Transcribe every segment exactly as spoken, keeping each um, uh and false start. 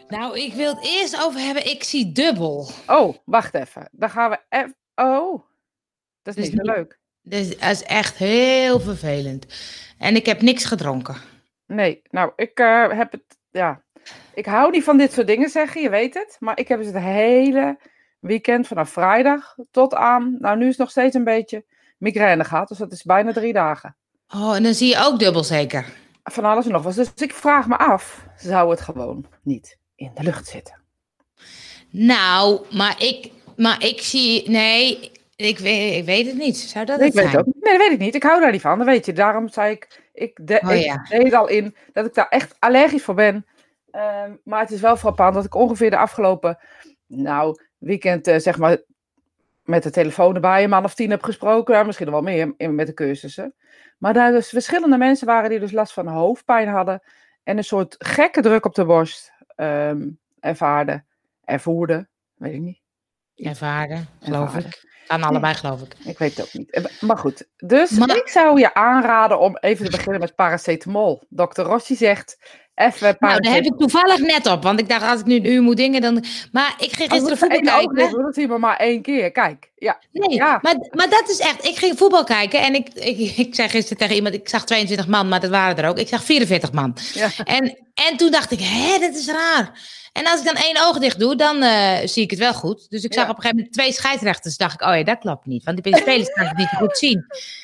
Nou, ik wil het eerst over hebben. Ik zie dubbel. Oh, wacht even. Dan gaan we even... Oh, dat is Dus niet zo leuk. Dus dat is echt heel vervelend. En ik heb niks gedronken. Nee, nou, ik uh, heb het... Ja, ik hou niet van dit soort dingen zeggen, je weet het. Maar ik heb dus het hele weekend vanaf vrijdag tot aan... Nou, nu is het nog steeds een beetje migraine gehad. Dus dat is bijna drie dagen. Oh, en dan zie je ook dubbel zeker? Van alles en nog wat. Dus ik vraag me af, zou het gewoon niet in de lucht zitten? Nou, maar ik, maar ik zie... Nee, ik weet, ik weet het niet. Zou dat Nee, het ik weet zijn? het ook. Nee, dat weet ik niet. Ik hou daar niet van, dat weet je. Daarom zei ik, ik, de, Oh, ik ja. deed al in dat ik daar echt allergisch voor ben. Um, maar het is wel frappant dat ik ongeveer de afgelopen, nou, weekend, uh, zeg maar, met de telefoon erbij een man of tien heb gesproken. Nou, misschien nog wel meer in, met de cursussen. Maar daar dus verschillende mensen waren die dus last van hoofdpijn hadden. En een soort gekke druk op de borst um, ervaarden. Ervoerden, weet ik niet. Ervaren, geloof Ervaren. ik. Aan allebei, geloof ik. Ik weet het ook niet. Maar goed, dus Maar... ik zou je aanraden om even te beginnen met paracetamol. dokter Rossi zegt, even paracetamol. Nou, daar heb ik toevallig net op, want ik dacht, als ik nu een uur moet dingen, dan... Maar ik ging gisteren oh, voetbal kijken. Dat zie je maar één keer, kijk. Ja. Nee, ja. Maar, maar dat is echt... Ik ging voetbal kijken en ik, ik, ik zei gisteren tegen iemand, ik zag tweeëntwintig man, maar dat waren er ook. Ik zag vierenveertig man. Ja. En, en toen dacht ik, hé, dat is raar. En als ik dan één oog dicht doe, dan uh, zie ik het wel goed. Dus ik zag ja. op een gegeven moment twee scheidsrechters. Dacht ik, oh ja, dat klopt niet. Want bij de spelers kan ik het niet goed zien.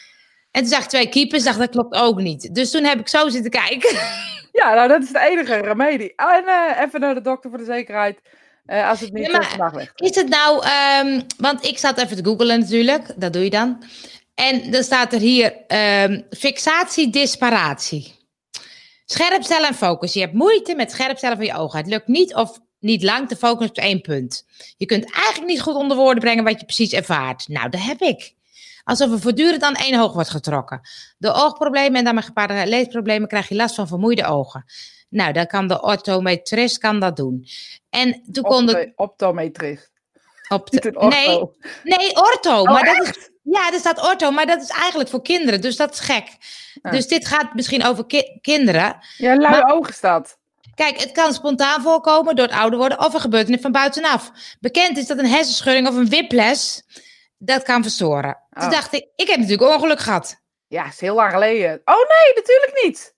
En toen zag ik twee keepers. Dacht dat klopt ook niet. Dus toen heb ik zo zitten kijken. Ja, nou dat is de enige remedie. En uh, even naar de dokter voor de zekerheid. Uh, als het niet ja, vandaag weg. Is het nou... Um, want ik zat even te googlen natuurlijk. Dat doe je dan. En dan staat er hier... Um, fixatie, disparatie. Scherpstellen en focus. Je hebt moeite met scherpstellen van je ogen. Het lukt niet of niet lang te focussen op één punt. Je kunt eigenlijk niet goed onder woorden brengen wat je precies ervaart. Nou, dat heb ik. Alsof er voortdurend aan één oog wordt getrokken. Door oogproblemen en daarmee gepaarde leesproblemen krijg je last van vermoeide ogen. Nou, dan kan de orthometrist kan dat doen. En toen kon de... Optometrist. Opto... Nee, nee, ortho. Oh, maar echt? dat is... Ja, er staat ortho, maar dat is eigenlijk voor kinderen. Dus dat is gek. Ah. Dus dit gaat misschien over ki- kinderen. Ja, lui maar... ogen staat. Kijk, het kan spontaan voorkomen door het ouder worden of een gebeurtenis van buitenaf. Bekend is dat een hersenschudding of een whiplash dat kan verstoren. Oh. Toen dacht ik, ik heb natuurlijk ongeluk gehad. Ja, is heel lang geleden. Oh nee, natuurlijk niet.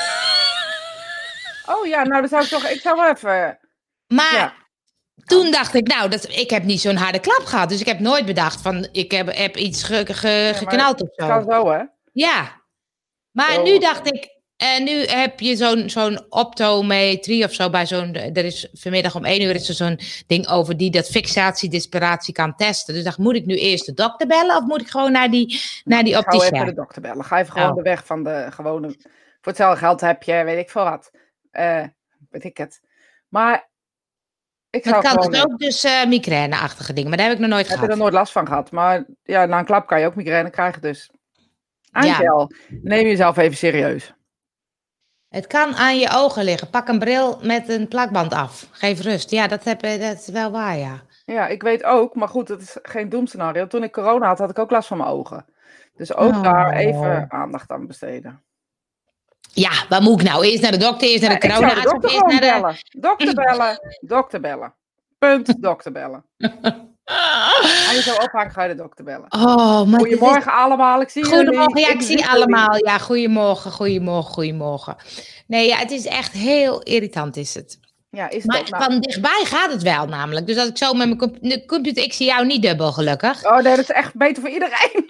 Oh ja, nou dan zou ik toch, ik zou wel even... Maar ja. Toen dacht ik, nou, dat, ik heb niet zo'n harde klap gehad. Dus ik heb nooit bedacht van, ik heb, heb iets ge, ge, ja, geknald of zo. Het kan zo, hè? Ja. Maar zo. Nu dacht ik, en nu heb je zo'n, zo'n optometrie of zo bij zo'n... Er is vanmiddag om één uur is er zo'n ding over die dat fixatie, disparatie kan testen. Dus dacht, moet ik nu eerst de dokter bellen of moet ik gewoon naar die, naar die opticien? Ga even de dokter bellen. Ga even gewoon oh. de weg van de gewone... Voor hetzelfde geld heb je, weet ik veel wat. Uh, weet ik het. Maar... Ik zou het kan gewoon... dus ook dus uh, migraine-achtige dingen, maar daar heb ik nog nooit heb gehad. Ik heb er nooit last van gehad. Maar ja, na een klap kan je ook migraine krijgen, dus... Angel, ja. Neem jezelf even serieus. Het kan aan je ogen liggen. Pak een bril met een plakband af. Geef rust. Ja, dat, heb, dat is wel waar, ja. Ja, ik weet ook, maar goed, het is geen doemscenario. Toen ik corona had, had ik ook last van mijn ogen. Dus ook oh. daar even aandacht aan besteden. Ja, waar moet ik nou? Eerst naar de dokter, eerst naar de ja, corona. Ik zou de dokter gewoon bellen. De... Dokter bellen, dokter bellen. Punt, dokter bellen. En je zou ophangen, ga je de dokter bellen. Oh, maar goedemorgen is... allemaal, ik zie goedemorgen, jullie. Ja, ik, ik zie allemaal. Jullie. Ja, goedemorgen, goedemorgen, goedemorgen. Nee, ja, het is echt heel irritant is het. Ja, is maar het ook, van nou... dichtbij gaat het wel namelijk. Dus als ik zo met mijn comp- computer... Ik zie jou niet dubbel, gelukkig. Oh nee, dat is echt beter voor iedereen.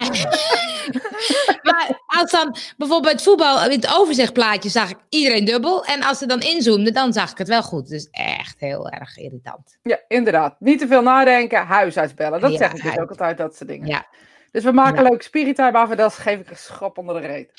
Maar als dan bijvoorbeeld het voetbal... In het overzichtplaatje zag ik iedereen dubbel. En als ze dan inzoomden, dan zag ik het wel goed. Dus echt heel erg irritant. Ja, inderdaad. Niet te veel nadenken, huisarts bellen. Dat ja, zeg ik dus ook altijd, dat soort dingen. Ja. Dus we maken ja. leuk spiritime af en dan geef ik een schop onder de reet.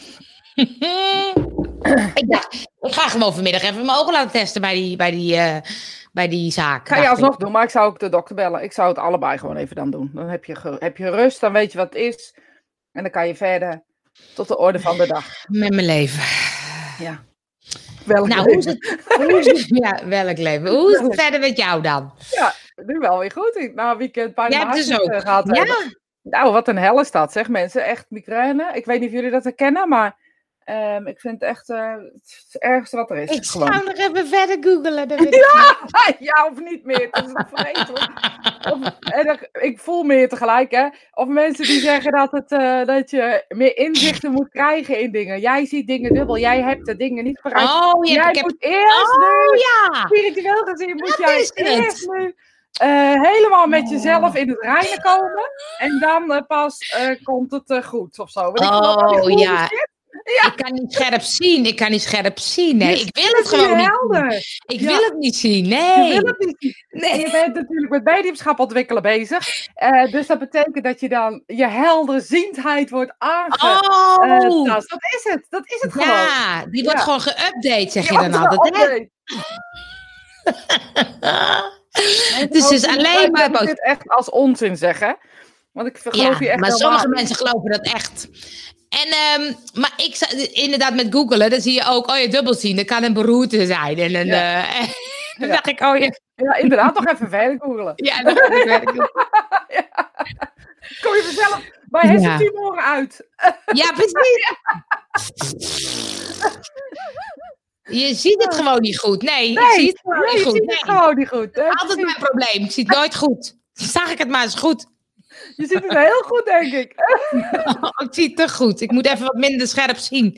ik dacht, ik ga gewoon vanmiddag even mijn ogen laten testen bij die, bij die, uh, bij die zaak. Ga je alsnog doen, maar ik zou ook de dokter bellen. Ik zou het allebei gewoon even dan doen. Dan heb je, heb je rust, dan weet je wat het is. En dan kan je verder tot de orde van de dag. Met mijn leven. Ja. Welk nou, leven? Hoe is het, hoe is het, ja, welk leven. Hoe is het verder met jou dan? Ja, nu wel weer goed. Na een weekend bijna Jij hebt dus ook. Gehad ja. Hebben. Nou, wat een hel is dat, zeg mensen. Echt migraine. Ik weet niet of jullie dat herkennen, maar Um, ik vind het echt uh, het, het ergste wat er is. Ik gewoon. zou nog even verder googlen. Dan ja, ja, of niet meer. Dat is nog vreselijk. Of, en ik voel meer tegelijk, hè. Of mensen die zeggen dat, het, uh, dat je meer inzichten moet krijgen in dingen. Jij ziet dingen dubbel. Jij hebt de dingen niet bereikt. Oh, ja, jij ik moet heb... eerst oh, nu, ja. spiritueel gezien, moet dat jij eerst nu uh, helemaal met jezelf in het reinen komen. En dan uh, pas uh, komt het uh, goed, of zo. Weet oh, ik ja. Ja. Ik kan niet scherp zien. Ik kan niet scherp zien. Nee, ik wil het gewoon helder. niet. Ik ja. wil het niet zien. Nee. Je wil het niet zien. Nee. En je bent natuurlijk met mediumschap ontwikkelen bezig. Uh, dus dat betekent dat je dan je helderziendheid wordt aangetast. Oh. Uh, dat is het. Dat is het gewoon. Ja, die wordt ja. gewoon geüpdate, zeg je, je dan altijd. Dus het is alleen maar... Ik dit echt als onzin zeggen. Want ik geloof ja, je echt maar sommige waar. mensen geloven dat echt. En, um, maar ik inderdaad met googelen, dan zie je ook, oh je dubbel zien, dat kan een beroerte zijn. En een, ja. uh, en dan ja. dacht ik, oh je... Ja, inderdaad, nog even verder googelen. Ja, dat moet ik verder ja. Kom je vanzelf bij hersentumoren ja. uit. Ja, precies. Je ziet het gewoon niet goed. Nee, nee ik zie het gewoon nee, niet goed. Je ziet nee. het gewoon niet goed. Dat is altijd mijn probleem. Ik zie het nooit goed. Zag ik het maar eens goed. Je ziet het heel goed, denk ik. Oh, ik zie het te goed. Ik moet even wat minder scherp zien.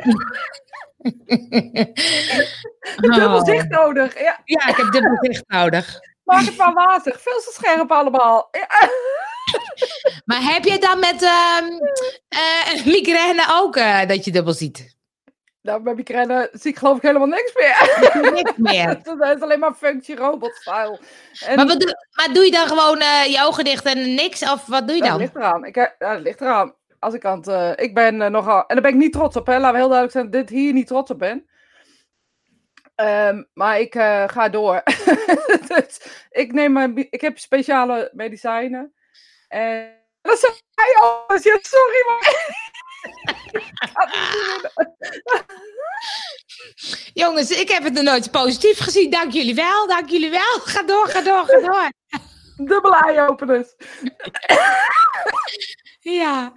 Dubbel zicht nodig. Ja. ja, ik heb dubbel zicht nodig. Maak het maar wazig. Veel te scherp allemaal. Ja. Maar heb je dan met uh, uh, migraine ook uh, dat je dubbel ziet? Nou, bij migraine zie ik geloof ik helemaal niks meer. Niks meer. Dat is alleen maar funky robot-style. En... Maar, wat doe, maar doe je dan gewoon uh, je ogen dicht en niks? Of wat doe je dan? Dat ligt eraan. Ik, ja, dat ligt eraan. Als ik aan het... Uh, ik ben uh, nogal... En daar ben ik niet trots op, hè. Laten we heel duidelijk zijn dat ik hier niet trots op ben. Um, maar ik uh, ga door. Dus ik neem mijn... Ik heb speciale medicijnen. En... Dat zei hij al. Ja, sorry, maar... Jongens, ik heb het nog nooit positief gezien. Dank jullie wel, dank jullie wel. Ga door, ga door, ga door. Dubbele eye-openers. Ja.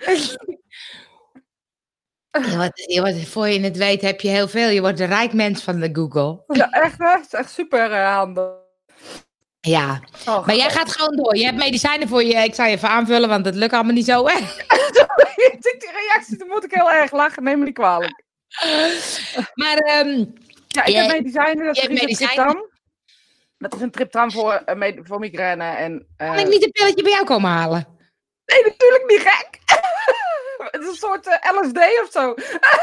Je wordt, je wordt, voor je het weet heb je heel veel. Je wordt een rijk mens van de Google. Ja, echt hè? Het is echt super uh, handig. Ja, oh, maar jij gaat gewoon door. Je hebt medicijnen voor je. Ik zal je even aanvullen, want dat lukt allemaal niet zo, hè? Die reactie, dan moet ik heel erg lachen. Neem me niet kwalijk. Maar, um, ja, ik jij, heb medicijnen. Dat is een medicijnen? triptan. Dat is een triptan voor, uh, med- voor migraine. En, uh... Kan ik niet een pilletje bij jou komen halen? Nee, natuurlijk niet gek. Het is een soort uh, L S D of zo.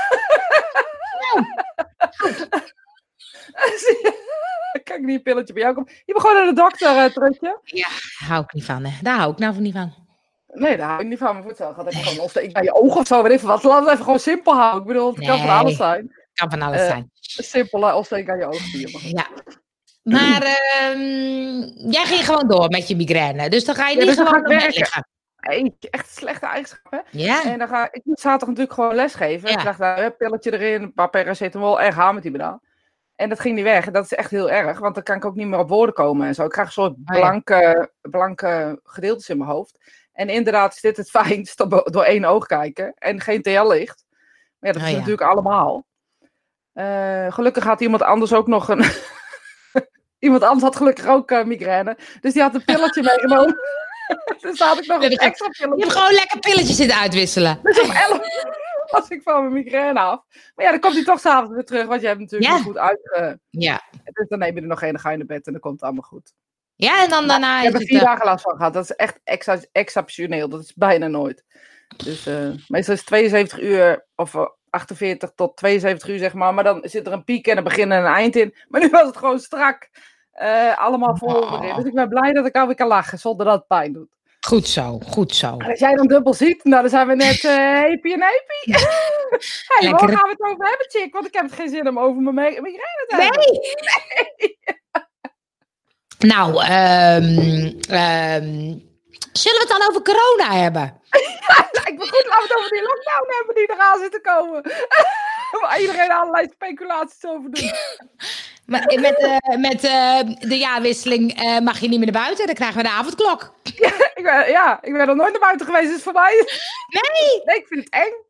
Kan ik niet een pilletje bij jou komen? Je bent gewoon naar de dokter, uh, Trutje. Ja, daar hou ik niet van. Hè. Daar hou ik nou niet van. Nee, daar hou ik niet van. Maar voor hetzelfde gaat even gewoon ontsteken bij je ogen of zo. Weet even wat. Laat het even gewoon simpel houden. Ik bedoel, het nee, kan van alles zijn. Het kan van alles uh, zijn. Simpel ontsteken aan je ogen. Ja. Maar um, jij ging gewoon door met je migraine. Dus dan ga je ja, niet dus gewoon werken. liggen. Eentje, echt slechte eigenschappen. Ja. En dan ga ik moet zaterdag natuurlijk gewoon lesgeven. Ja. Ik dacht, nou, een pilletje erin, een paar paracetamol en ga met die bedaan. En dat ging niet weg. En dat is echt heel erg, want dan kan ik ook niet meer op woorden komen en zo. Ik krijg een soort blanke, oh ja. blanke gedeeltes in mijn hoofd. En inderdaad is dit het fijnst, door één oog kijken en geen T L-licht. Maar ja, dat is oh ja. natuurlijk allemaal. Uh, gelukkig had iemand anders ook nog een... iemand anders had gelukkig ook uh, migraine. Dus die had een pilletje meegenomen. Dus had ik nog een extra pilletje. Je hebt gewoon lekker pilletjes zitten uitwisselen. Dus om elf was ik van mijn migraine af. Maar ja, dan komt hij toch s'avonds weer terug. Want je hebt natuurlijk ja. niet goed uit. Uh, ja. Dus dan neem je er nog een, dan ga je naar bed en dan komt het allemaal goed. Ja, en dan daarna... Ik heb er vier dagen last van gehad. Dat is echt exa- exceptioneel. Dat is bijna nooit. Dus uh, meestal is het tweeënzeventig uur of uh, achtenveertig tot tweeënzeventig uur, zeg maar. Maar dan zit er een piek en een begin en een eind in. Maar nu was het gewoon strak. Uh, allemaal vol oh. erin. Dus ik ben blij dat ik alweer kan lachen zonder dat het pijn doet. Goed zo, goed zo. En als jij dan dubbel ziet, nou dan zijn we net uh, happy en happy. Hey, waar gaan we het over hebben, chick? Want ik heb geen zin om over mijn migraine te hebben. Nee. nee. Nou, um, um, zullen we het dan over corona hebben? Ja, lijkt me goed. Laten we het over die lockdown hebben die eraan zit te komen. Waar iedereen allerlei speculaties over doet. Maar met, uh, met uh, de jaarwisseling uh, mag je niet meer naar buiten. Dan krijgen we de avondklok. Ja, ik ben, ja, ik ben nog nooit naar buiten geweest. Is het voor mij. Nee. Nee, ik vind het eng.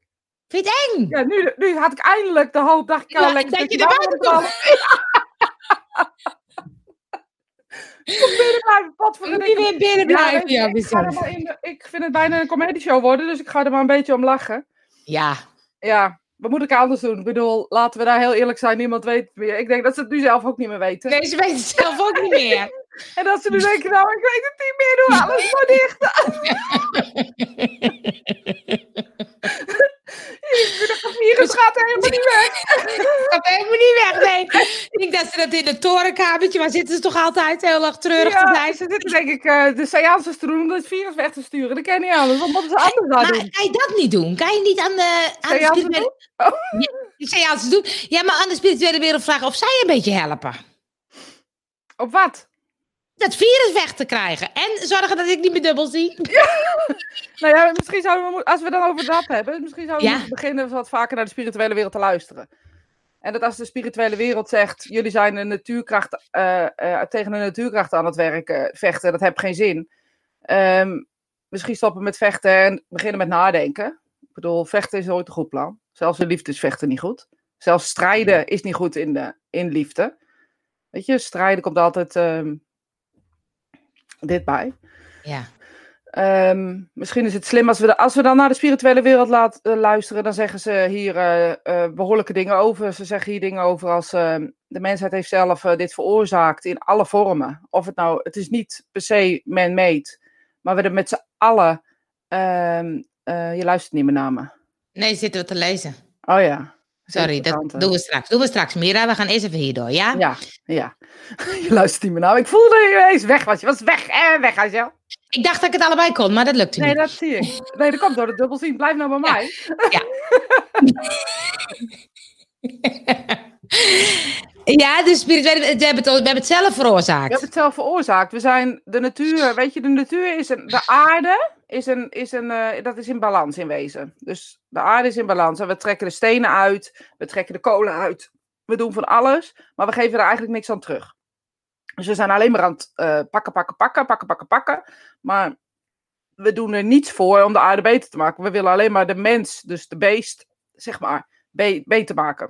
Vind je het eng? Ja, nu, nu had ik eindelijk de hoop, dacht ik al, Ja, lekker dat dat je je er buiten buiten Kom binnen blijven, pot voor Niet weer binnen blijven. Ja, ik, ik, ga er maar in de, ik vind het bijna een comedy show worden, dus ik ga er maar een beetje om lachen. Ja. Ja, wat moet ik anders doen? Ik bedoel, laten we daar heel eerlijk zijn, niemand weet het meer. Ik denk dat ze het nu zelf ook niet meer weten. Nee, ze weten het zelf ook niet meer. En dat ze nu denken, nou, ik weet het niet meer, doe alles maar dicht. Het virus gaat helemaal niet weg. Het gaat helemaal niet weg, nee. Ik denk dat ze dat in het torenkamertje, maar zitten ze toch altijd heel erg treurig Ja, te zijn. ze zitten denk ik uh, de seances te doen om het virus weg te sturen. Dat ken je niet anders. Wat moeten ze anders aan Maar doen? kan je dat niet doen? Kan je niet aan de, aan de Seances spirituele... doen? Oh. Ja, seances doen? Ja, maar aan de spirituele wereld vragen of zij een beetje helpen. Op wat? Dat virus weg te krijgen. En zorgen dat ik niet meer dubbel zie. Ja. Nou ja, misschien zouden we, als we dan over dat hebben, misschien zouden we Ja. moeten beginnen wat vaker naar de spirituele wereld te luisteren. En dat als de spirituele wereld zegt, jullie zijn een natuurkracht, uh, uh, tegen een natuurkracht aan het werken, vechten, dat heeft geen zin. Um, misschien stoppen met vechten en beginnen met nadenken. Ik bedoel, vechten is nooit een goed plan. Zelfs in liefde is vechten niet goed. Zelfs strijden is niet goed in, de, in liefde. Weet je, strijden komt altijd um, dit bij. Ja. Um, misschien is het slim als we, de, als we dan naar de spirituele wereld laat, uh, luisteren, dan zeggen ze hier uh, uh, behoorlijke dingen over. Ze zeggen hier dingen over als uh, de mensheid heeft zelf uh, dit veroorzaakt in alle vormen. Of het nou, het is niet per se man-made, maar we hebben met z'n allen, uh, uh, je luistert niet meer naar me. Nee, zitten we te lezen. Oh ja. Sorry, dat doen we straks. Doen we straks, Mira. We gaan eerst even hierdoor, ja? Ja, ja. Je luistert niet meer naar me. Ik voelde je ineens weg was. Je was weg en weg was je. Ik dacht dat ik het allebei kon, maar dat lukte nee, niet. Nee, dat zie ik. Nee, dat komt door het dubbelzien. Blijf nou bij mij. Ja. Ja, dus we hebben, het, we hebben het zelf veroorzaakt. We hebben het zelf veroorzaakt. We zijn de natuur, weet je, de natuur is een, de aarde is een, is een, uh, dat is in balans in wezen. Dus de aarde is in balans en we trekken de stenen uit, we trekken de kolen uit. We doen van alles, maar we geven er eigenlijk niks aan terug. Dus we zijn alleen maar aan het uh, pakken, pakken, pakken, pakken, pakken, pakken. Maar we doen er niets voor om de aarde beter te maken. We willen alleen maar de mens, dus de beest, zeg maar, be- beter maken.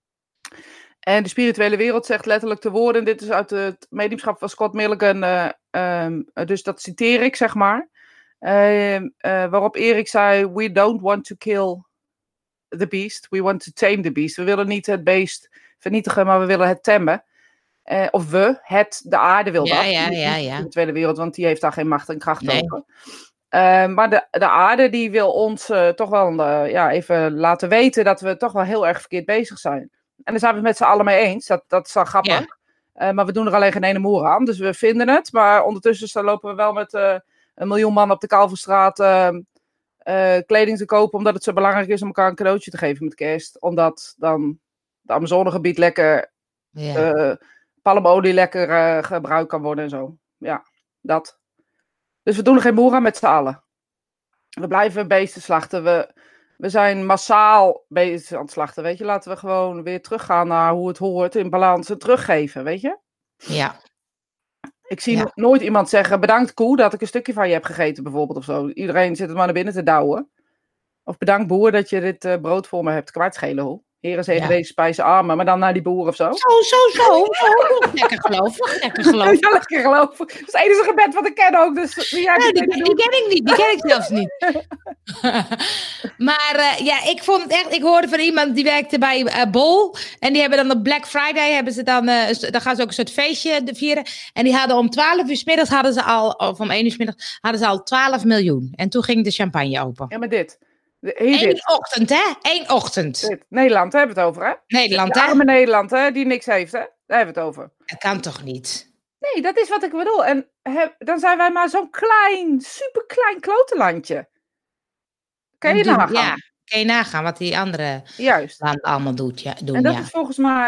En de spirituele wereld zegt letterlijk de woorden. Dit is uit het mediumschap van Scott Milligan. Uh, um, dus dat citeer ik, zeg maar. Uh, uh, waarop Erik zei: We don't want to kill the beast. We want to tame the beast. We willen niet het beest vernietigen, maar we willen het temmen. Uh, of we, het, de aarde wil ja, dat. Ja, ja, ja. De tweede wereld, want die heeft daar geen macht en kracht nee. over. Uh, maar de, de aarde die wil ons uh, toch wel uh, ja, even laten weten dat we toch wel heel erg verkeerd bezig zijn. En daar zijn we het met z'n allen mee eens. Dat, dat is wel grappig. Ja. Uh, maar we doen er alleen geen ene moer aan. Dus we vinden het. Maar ondertussen lopen we wel met uh, een miljoen man op de Kalverstraat uh, uh, kleding te kopen. Omdat het zo belangrijk is om elkaar een cadeautje te geven met kerst. Omdat dan het Amazonegebied lekker ja. uh, palmolie lekker uh, gebruikt kan worden en zo. Ja, dat. Dus we doen er geen moer aan met z'n allen. We blijven beesten slachten. We... We zijn massaal bezig aan het slachten, weet je. Laten we gewoon weer teruggaan naar hoe het hoort, in balans en teruggeven, weet je. Ja. Ik zie ja. nooit iemand zeggen, bedankt koe dat ik een stukje van je heb gegeten, bijvoorbeeld, of zo. Iedereen zit het maar naar binnen te douwen. Of bedankt boer dat je dit uh, brood voor me hebt kwijtschelen, hoor. Heren zeggen ja. deze spijzen armen, maar dan naar die boer of zo. Zo, zo, zo. zo. Lekker geloof, lekker geloof. Ja, lekker geloof. Dat is het enige gebed wat ik ken ook. Dus, ja, nee, die, die ken ik niet. Die ken ik zelfs niet. Maar uh, ja, ik vond het echt... Ik hoorde van iemand die werkte bij uh, Bol. En die hebben dan op Black Friday... Hebben ze dan, uh, dan gaan ze ook een soort feestje vieren. En die hadden om twaalf uur 's middags hadden ze al... Of om één uur 's middags hadden ze al twaalf miljoen. En toen ging de champagne open. Ja, maar dit... Eén ochtend, hè? Eén ochtend. Dit. Nederland, daar hebben we het over, hè? Nederland, de hè? arme Nederland, hè? Die niks heeft, hè? Daar hebben we het over. Dat kan toch niet? Nee, dat is wat ik bedoel. En he, dan zijn wij maar zo'n klein, superklein klotenlandje. Kan je nagaan? Ja, kan je nagaan wat die andere Juist. land allemaal doet, ja, doen, En dat ja. is volgens mij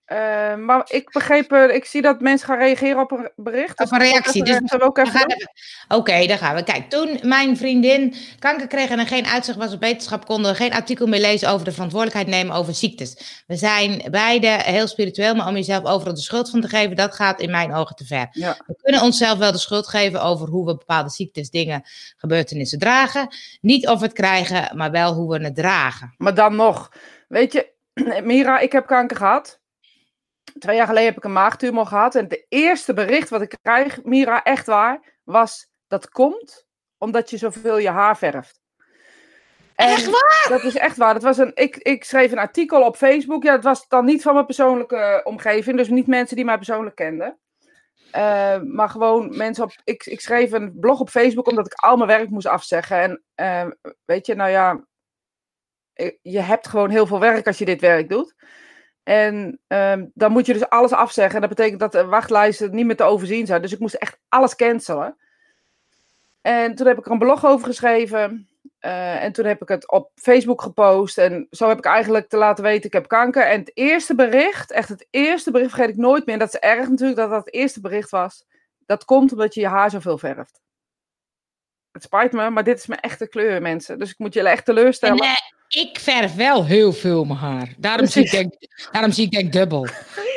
Uh, maar ik begreep, uh, ik zie dat mensen gaan reageren op een bericht. Op een reactie. Dus we ook even Oké, okay, daar gaan we. Kijk, toen mijn vriendin kanker kreeg en er geen uitzicht was op wetenschap, konden we geen artikel meer lezen over de verantwoordelijkheid nemen over ziektes. We zijn beide heel spiritueel, maar om jezelf overal de schuld van te geven, dat gaat in mijn ogen te ver. Ja. We kunnen onszelf wel de schuld geven over hoe we bepaalde ziektes, dingen, gebeurtenissen dragen. Niet of we het krijgen, maar wel hoe we het dragen. Maar dan nog, weet je, Mira, ik heb kanker gehad. Twee jaar geleden heb ik een maagtumor gehad. En het eerste bericht wat ik krijg, Mira, echt waar, was dat komt omdat je zoveel je haar verft. En echt waar? Dat is echt waar. Dat was een, ik, ik schreef een artikel op Facebook. Ja, het was dan niet van mijn persoonlijke omgeving. Dus niet mensen die mij persoonlijk kenden. Uh, maar gewoon mensen op... Ik, ik schreef een blog op Facebook omdat ik al mijn werk moest afzeggen. En uh, weet je, nou ja... Je hebt gewoon heel veel werk als je dit werk doet. En um, dan moet je dus alles afzeggen. En dat betekent dat de wachtlijsten niet meer te overzien zijn. Dus ik moest echt alles cancelen. En toen heb ik er een blog over geschreven. Uh, en toen heb ik het op Facebook gepost. En zo heb ik eigenlijk te laten weten, ik heb kanker. En het eerste bericht, echt het eerste bericht vergeet ik nooit meer. En dat is erg natuurlijk dat dat het eerste bericht was. Dat komt omdat je je haar zoveel verft. Het spijt me, maar dit is mijn echte kleur, mensen. Dus ik moet jullie echt teleurstellen. En, uh, ik verf wel heel veel mijn haar. Daarom, zie ik, denk, daarom zie ik denk dubbel.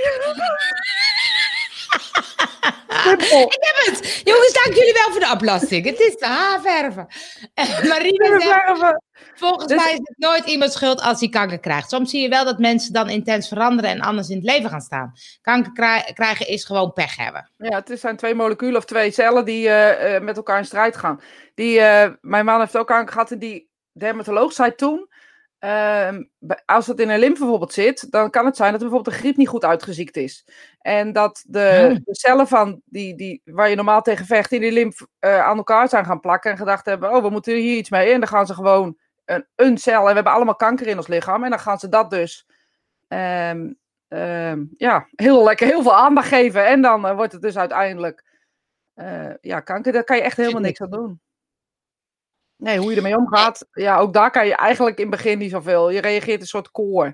Ik heb het. Jongens, dank jullie wel voor de oplossing. Het is de haarverven. Uh, Marina zegt, volgens dus... mij is het nooit iemands schuld als hij kanker krijgt. Soms zie je wel dat mensen dan intens veranderen en anders in het leven gaan staan. Kanker kri- krijgen is gewoon pech hebben. Ja, het zijn twee moleculen of twee cellen die uh, uh, met elkaar in strijd gaan. Die, uh, mijn man heeft ook kanker gehad en die dermatoloog zei toen... Uh, als het in een lymfe bijvoorbeeld zit, dan kan het zijn dat er bijvoorbeeld de griep niet goed uitgeziekt is. En dat de, hmm. de cellen van die, die, waar je normaal tegen vecht in die lymf uh, aan elkaar zijn gaan plakken en gedacht hebben, oh, we moeten hier iets mee. En dan gaan ze gewoon een, een cel, en we hebben allemaal kanker in ons lichaam, en dan gaan ze dat dus um, um, ja, heel lekker, heel veel aandacht geven. En dan uh, wordt het dus uiteindelijk uh, ja, kanker. Daar kan je echt helemaal niks aan doen. Nee, hoe je ermee omgaat, ja, ook daar kan je eigenlijk in het begin niet zoveel. Je reageert een soort koor.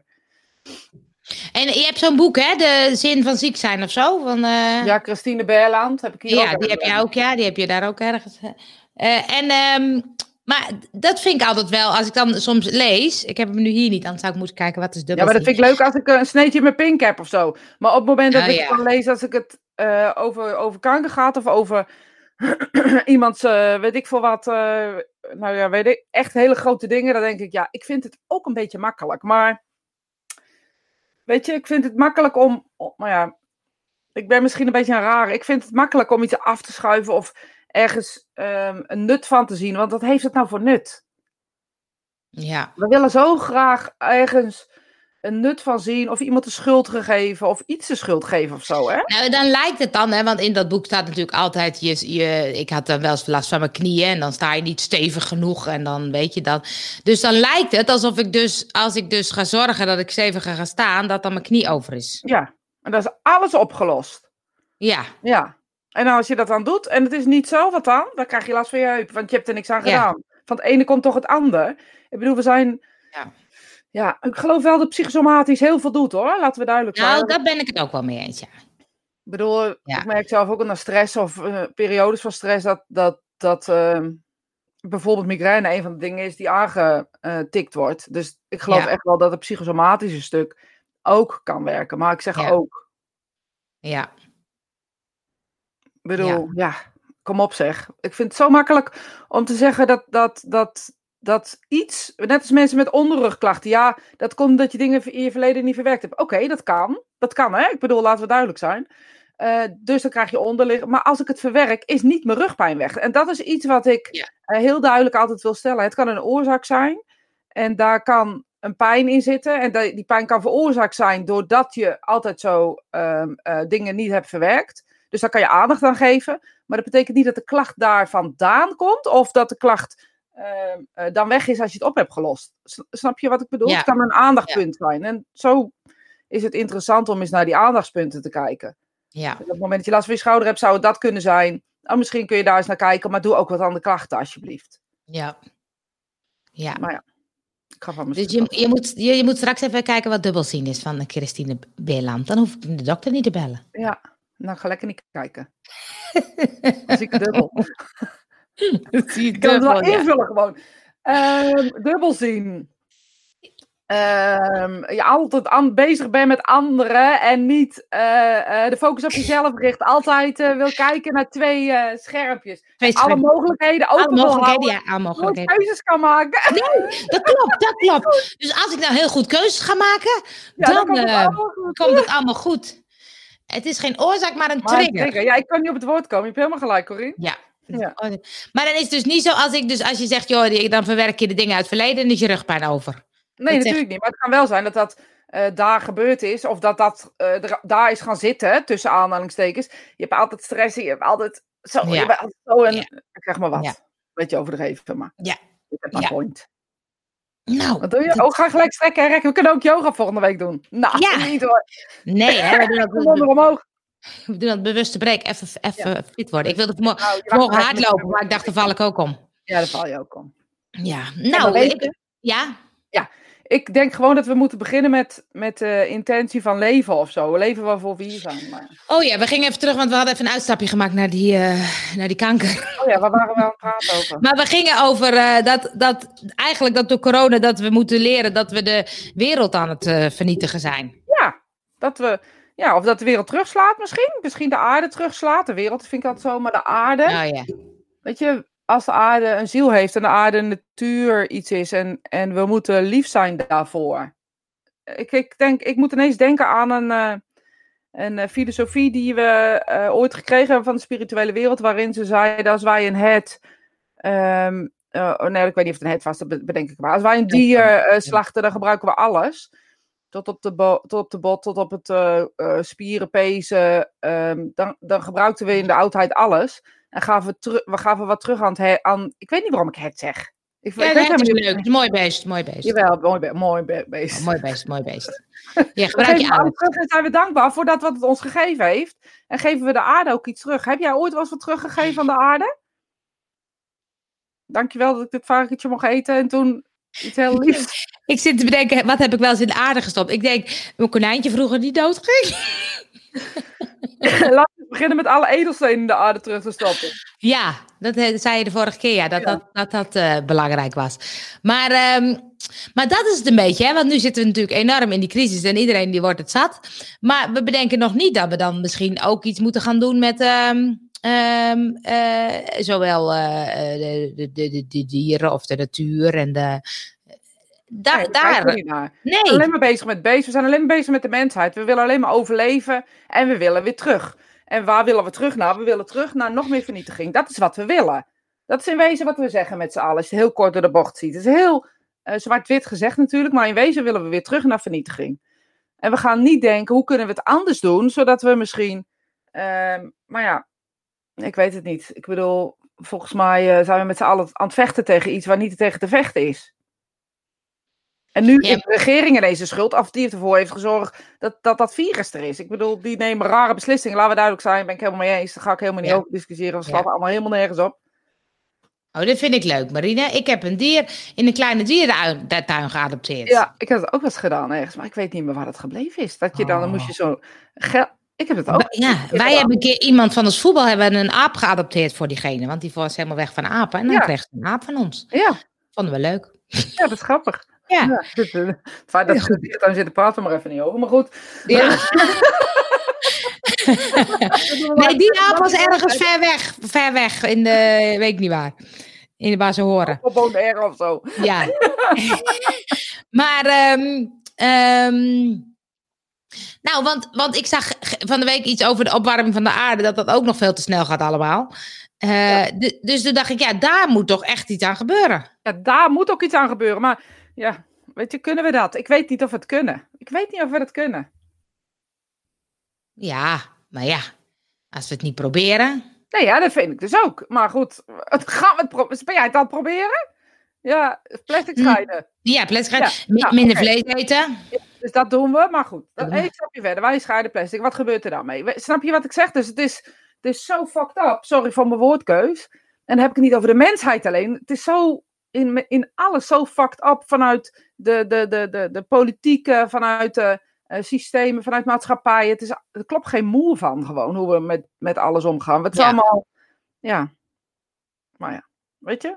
En je hebt zo'n boek, hè? De zin van ziek zijn of zo? Van, uh... Ja, Christine Berland heb ik hier ja, ook. Die heb je ook, ja, die heb je daar ook ergens. Uh, en, um, maar dat vind ik altijd wel, als ik dan soms lees, ik heb hem nu hier niet, dan zou ik moeten kijken wat is dubbel. Ja, maar dat vind ik leuk als ik een sneetje in mijn pink heb of zo. Maar op het moment dat oh, ik ja. dan lees, als ik het uh, over, over kanker gaat of over... Iemands, uh, weet ik veel wat, uh, nou ja, weet ik, echt hele grote dingen. Dan denk ik, ja, ik vind het ook een beetje makkelijk. Maar, weet je, ik vind het makkelijk om, om nou ja, ik ben misschien een beetje een raar. Ik vind het makkelijk om iets af te schuiven of ergens um, een nut van te zien. Want wat heeft het nou voor nut? Ja. We willen zo graag ergens een nut van zien, of iemand de schuld gegeven, of iets de schuld geven of zo, hè? Nou, dan lijkt het dan, hè, want in dat boek staat natuurlijk altijd, je, je, ik had dan wel eens last van mijn knieën, en dan sta je niet stevig genoeg, en dan weet je dat. Dus dan lijkt het alsof ik dus, als ik dus ga zorgen dat ik steviger ga staan, dat dan mijn knie over is. Ja, en dat is alles opgelost. Ja. Ja. En als je dat dan doet, en het is niet zo, wat dan? Dan krijg je last van je heup, want je hebt er niks aan gedaan. Ja. Van het ene komt toch het ander. Ik bedoel, we zijn... Ja. Ja, ik geloof wel dat psychosomatisch heel veel doet, hoor. Laten we duidelijk zijn. Nou, daar ben ik het ook wel mee eens, ja. Ik bedoel, ja. Ik merk zelf ook aan stress of uh, periodes van stress dat, dat, dat uh, bijvoorbeeld migraine een van de dingen is die aangetikt wordt. Dus ik geloof ja. echt wel dat het psychosomatische stuk ook kan werken. Maar ik zeg ja. ook. Ja. Ik bedoel, ja. ja, kom op zeg. Ik vind het zo makkelijk om te zeggen dat... dat, dat Dat iets, net als mensen met onderrugklachten, ja, dat komt omdat je dingen in je verleden niet verwerkt hebt. Oké, okay, dat kan. Dat kan, hè? Ik bedoel, laten we duidelijk zijn. Uh, dus dan krijg je onderliggen. Maar als ik het verwerk, is niet mijn rugpijn weg. En dat is iets wat ik ja. uh, heel duidelijk altijd wil stellen. Het kan een oorzaak zijn. En daar kan een pijn in zitten. En die, die pijn kan veroorzaakt zijn doordat je altijd zo uh, uh, dingen niet hebt verwerkt. Dus daar kan je aandacht aan geven. Maar dat betekent niet dat de klacht daar vandaan komt. Of dat de klacht... Uh, uh, dan weg is als je het op hebt gelost. Snap je wat ik bedoel? Ja. Het kan een aandachtspunt ja. zijn. En zo is het interessant om eens naar die aandachtspunten te kijken. Ja. Op het moment dat je last van je schouder hebt, zou het dat kunnen zijn. Nou, misschien kun je daar eens naar kijken, maar doe ook wat aan de klachten alsjeblieft. Ja. Ja. Maar ja. Ik ga van mijn Dus je, je, moet, je, je moet straks even kijken wat dubbelzien is van Christine Beerland. Dan hoef ik de dokter niet te bellen. Ja, nou ga lekker niet kijken. Dan zie ik dubbel. Zie je Ik kan het dubbel, wel ja. invullen gewoon. Um, dubbelzien. Um, je altijd aan, bezig bent met anderen en niet uh, uh, de focus op jezelf richt. Altijd uh, wil kijken naar twee uh, schermpjes. Twee alle schermpjes. mogelijkheden open Alle mogelijkheden, houden, ja, alle mogelijkheden. keuzes kan maken. Nee, dat klopt, dat klopt. Dus als ik nou heel goed keuzes ga maken, ja, dan, dan komt, het uh, komt het allemaal goed. Het is geen oorzaak, maar een maar trigger. trigger. Ja, ik kan niet op het woord komen. Je hebt helemaal gelijk, Corine. Ja. Ja. Maar dan is het dus niet zo als ik dus als je zegt, joh, dan verwerk je de dingen uit het verleden en is je rugpijn over. Nee, dat natuurlijk zegt... niet. Maar het kan wel zijn dat dat uh, daar gebeurd is. Of dat dat uh, er, daar is gaan zitten, tussen aanhalingstekens. Je hebt altijd stress, je hebt altijd zo, ja. je hebt altijd zo en... Ja. Zeg maar wat. Ja. Beetje overdreven, maar... Ja. Ik heb mijn ja. point. Nou. Wat doe je? Dat... Oh, ga gelijk strekken en rekken. We kunnen ook yoga volgende week doen. Nou, ja. niet hoor. Nee, hè. We doen dat, Kom onder omhoog. We doen dat bewuste break. Even, even ja. fit worden. Ik wilde vanmorgen, nou, vanmorgen hardlopen, maar ik dacht, daar val ik ook om. Ja, daar val je ook om. Ja, nou, ik, ja. Ja, ik denk gewoon dat we moeten beginnen met, met de uh, intentie van leven of zo. Leven waarvoor we hier zijn. Maar... Oh ja, we gingen even terug, want we hadden even een uitstapje gemaakt naar die, uh, naar die kanker. Oh ja, waar waren we aan het praten over? Maar we gingen over uh, dat, dat eigenlijk dat door corona dat we moeten leren dat we de wereld aan het uh, vernietigen zijn. Ja, dat we... Ja, of dat de wereld terugslaat misschien. Misschien de aarde terugslaat. De wereld vind ik altijd zo, maar de aarde. Oh, ja. Weet je, als de aarde een ziel heeft en de aarde natuur iets is en, en we moeten lief zijn daarvoor. Ik, ik, denk, ik moet ineens denken aan een, uh, een uh, filosofie die we uh, ooit gekregen hebben van de spirituele wereld, waarin ze zeiden, als wij een het... Um, uh, nee, ik weet niet of het een het was, dat bedenk ik maar. Als wij een dier uh, slachten, dan gebruiken we alles. Tot op de, bo- tot op de bot, tot op het uh, uh, spieren, pezen. Um, dan, dan gebruikten we in de oudheid alles. En gaven we, teru- we gaven wat terug aan het... He- aan, ik weet niet waarom ik het zeg. Ik, ja, ik weet het is niet... leuk. Het is mooi beest, mooi beest. Jawel, mooi, be- mooi be- beest. Oh, mooi beest, mooi beest. Ja, gebruik je alles. Terug en zijn we dankbaar voor dat wat het ons gegeven heeft. En geven we de aarde ook iets terug. Heb jij ooit wel eens wat teruggegeven aan de aarde? Dankjewel dat ik dit varkentje mocht eten en toen... Iets heel liefs. Ik zit te bedenken, wat heb ik wel eens in de aarde gestopt? Ik denk, mijn konijntje vroeger die dood ging. Laten we beginnen met alle edelstenen in de aarde terug te stoppen. Ja, dat zei je de vorige keer, ja, dat ja. dat, dat, dat uh, belangrijk was. Maar, um, maar dat is het een beetje, hè, want nu zitten we natuurlijk enorm in die crisis en iedereen die wordt het zat. Maar we bedenken nog niet dat we dan misschien ook iets moeten gaan doen met... Um, Um, uh, zowel uh, de, de, de, de dieren of de natuur en de... Da- nee, daar. Niet naar. Nee. We zijn alleen maar bezig met beesten. We zijn alleen maar bezig met de mensheid. We willen alleen maar overleven en we willen weer terug. En waar willen we terug naar? We willen terug naar nog meer vernietiging. Dat is wat we willen. Dat is in wezen wat we zeggen met z'n allen. Als je het heel kort door de bocht ziet. Het is heel uh, zwart-wit gezegd natuurlijk. Maar in wezen willen we weer terug naar vernietiging. En we gaan niet denken, hoe kunnen we het anders doen? Zodat we misschien... Uh, maar ja... Ik weet het niet. Ik bedoel, volgens mij uh, zijn we met z'n allen aan het vechten tegen iets waar niet tegen te vechten is. En nu ja. is de regering ineens de schuld af die ervoor heeft gezorgd dat, dat dat virus er is. Ik bedoel, die nemen rare beslissingen. Laten we duidelijk zijn, ben ik helemaal mee eens. Daar ga ik helemaal niet ja. over discussiëren. We slapen ja. allemaal helemaal nergens op. Oh, dat vind ik leuk, Marine. Ik heb een dier in een kleine dierentuin geadopteerd. Ja, ik heb het ook wel eens gedaan ergens, maar ik weet niet meer waar het gebleven is. Dat je dan, oh. dan moest je zo... Gel- Ik heb het ook. Ja, wij hebben een keer iemand van ons voetbal hebben een aap geadopteerd voor diegene. Want die was helemaal weg van apen. En dan ja. kreeg ze een aap van ons. Ja. Vonden we leuk. Ja, dat is grappig. Ja. ja het, het feit dat we hier dan zitten praten we maar even niet over. Maar goed. Ja. Nee, die aap was ergens ver weg. Ver weg. In de, weet ik niet waar. In waar ze horen. Op Bonaire of zo. Ja. Maar... Um, um, Nou, want, want ik zag van de week iets over de opwarming van de aarde, dat dat ook nog veel te snel gaat allemaal. Uh, ja. d- dus toen dacht ik, ja, daar moet toch echt iets aan gebeuren. Ja, daar moet ook iets aan gebeuren. Maar ja, weet je, kunnen we dat? Ik weet niet of we het kunnen. Ik weet niet of we het kunnen. Ja, maar ja, als we het niet proberen. Nee, ja, dat vind ik dus ook. Maar goed, gaan we het pro- ben jij het aan het proberen? Ja, plastic scheiden. Ja, plastic scheiden. Ja, M- nou, minder okay. vlees eten. Ja, dus dat doen we, maar goed. Eén stapje verder, wij scheiden plastic. Wat gebeurt er dan mee? Snap je wat ik zeg? Dus het is, het is zo fucked up. Sorry voor mijn woordkeus. En dan heb ik het niet over de mensheid alleen. Het is zo in, in alles zo fucked up vanuit de, de, de, de, de politiek, vanuit de uh, systemen, vanuit maatschappij. Het is, er klopt geen moer van gewoon hoe we met, met alles omgaan. Het is ja. allemaal, ja, maar ja, weet je?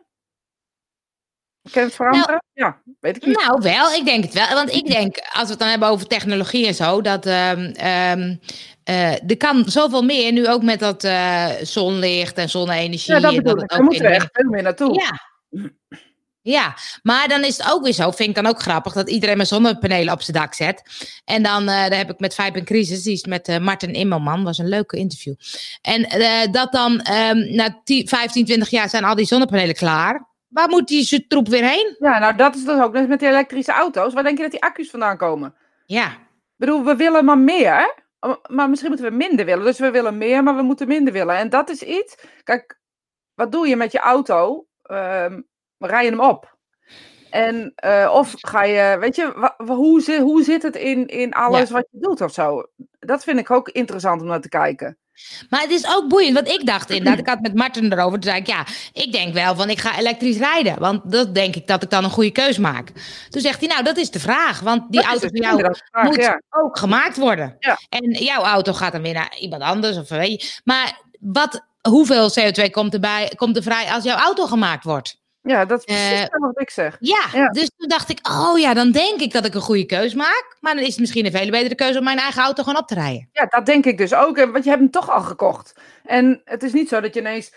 Kan het veranderen? Nou, ja, weet ik niet. Nou, wel. Ik denk het wel. Want ik denk, als we het dan hebben over technologie en zo, dat um, um, uh, er kan zoveel meer. Nu ook met dat uh, zonlicht en zonne-energie. Ja, dat bedoel ik. Daar moeten we echt veel meer naartoe. Ja. Ja, maar dan is het ook weer zo, vind ik dan ook grappig, dat iedereen met zonnepanelen op zijn dak zet. En dan, uh, daar heb ik met Vibe en Crisis, die is met uh, Martin Immelman, was een leuke interview. En uh, dat dan, um, na vijftien, twintig jaar zijn al die zonnepanelen klaar. Waar moet die troep weer heen? Ja, nou dat is dus ook net met die elektrische auto's. Waar denk je dat die accu's vandaan komen? Ja. Ik bedoel, we willen maar meer, maar misschien moeten we minder willen. Dus we willen meer, maar we moeten minder willen. En dat is iets, kijk, wat doe je met je auto? Um, rij je hem op? En, uh, of ga je, weet je, wa, hoe, zit, hoe zit het in, in alles ja. wat je doet of zo? Dat vind ik ook interessant om naar te kijken. Maar het is ook boeiend, want ik dacht inderdaad, ik had met Martin erover, toen zei ik, ja, ik denk wel van ik ga elektrisch rijden, want dat denk ik dat ik dan een goede keus maak. Toen zegt hij, nou, dat is de vraag, want die dat auto voor jou vraag, moet ja. ook gemaakt worden. Ja. En jouw auto gaat dan weer naar iemand anders, of weet je. Maar wat, hoeveel C O twee komt erbij, komt er vrij als jouw auto gemaakt wordt? Ja, dat is precies uh, wat ik zeg. Ja, ja, dus toen dacht ik, oh ja, dan denk ik dat ik een goede keus maak. Maar dan is het misschien een veel betere keuze om mijn eigen auto gewoon op te rijden. Ja, dat denk ik dus ook. Want je hebt hem toch al gekocht. En het is niet zo dat je ineens...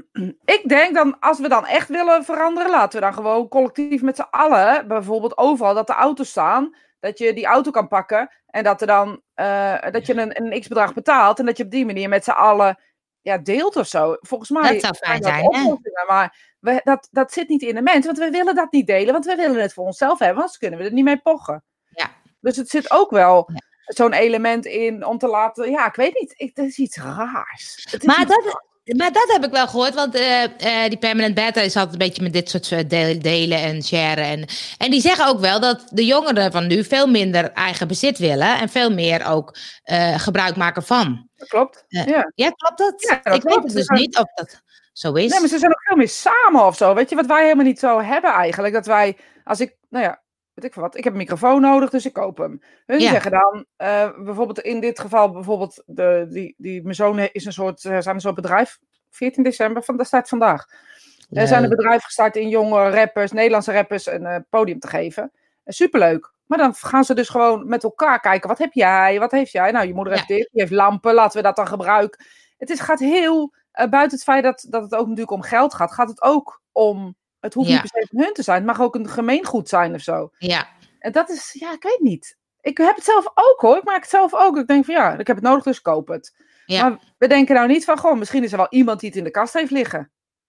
Ik denk dan, als we dan echt willen veranderen, laten we dan gewoon collectief met z'n allen, bijvoorbeeld overal, dat de auto's staan, dat je die auto kan pakken en dat, er dan, uh, dat je een, een x-bedrag betaalt en dat je op die manier met z'n allen ja, deelt of zo. Volgens mij... Dat zou fijn zijn, hè? Maar... We, dat, dat zit niet in de mens, want we willen dat niet delen, want we willen het voor onszelf hebben, anders kunnen we er niet mee pochen. Ja. Dus het zit ook wel ja. zo'n element in om te laten, ja, ik weet niet, ik, het is iets raars. Het is maar, iets dat, raars. maar dat heb ik wel gehoord, want uh, uh, die Permanent Beta is altijd een beetje met dit soort delen en sharen. En, en die zeggen ook wel dat de jongeren van nu veel minder eigen bezit willen en veel meer ook uh, gebruik maken van. Dat klopt, uh, ja. Ja, klopt dat? Ja, dat ik klopt. weet het dus niet of dat... Zo is. Nee, maar ze zijn ook veel meer samen of zo. Weet je, wat wij helemaal niet zo hebben eigenlijk. Dat wij, als ik, nou ja, weet ik veel wat. Ik heb een microfoon nodig, dus ik koop hem. Hun ja. zeggen dan, uh, bijvoorbeeld in dit geval, bijvoorbeeld, de, die, die, mijn zoon is een soort, uh, zijn een soort bedrijf. veertien december, van, dat staat vandaag. Er uh, zijn een bedrijf gestart in jonge rappers, Nederlandse rappers, een uh, podium te geven. Uh, superleuk. Maar dan gaan ze dus gewoon met elkaar kijken. Wat heb jij? Wat heeft jij? Nou, je moeder heeft ja. dit. Die heeft lampen. Laten we dat dan gebruiken. Het is, gaat heel... Uh, buiten het feit dat, dat het ook natuurlijk om geld gaat, gaat het ook om, het hoeft ja. niet per se van hun te zijn, het mag ook een gemeengoed zijn of zo. Ja. En dat is, ja, ik weet niet. Ik heb het zelf ook hoor, ik maak het zelf ook. Ik denk van ja, ik heb het nodig, dus koop het. Ja. Maar we denken nou niet van, goh, misschien is er wel iemand die het in de kast heeft liggen.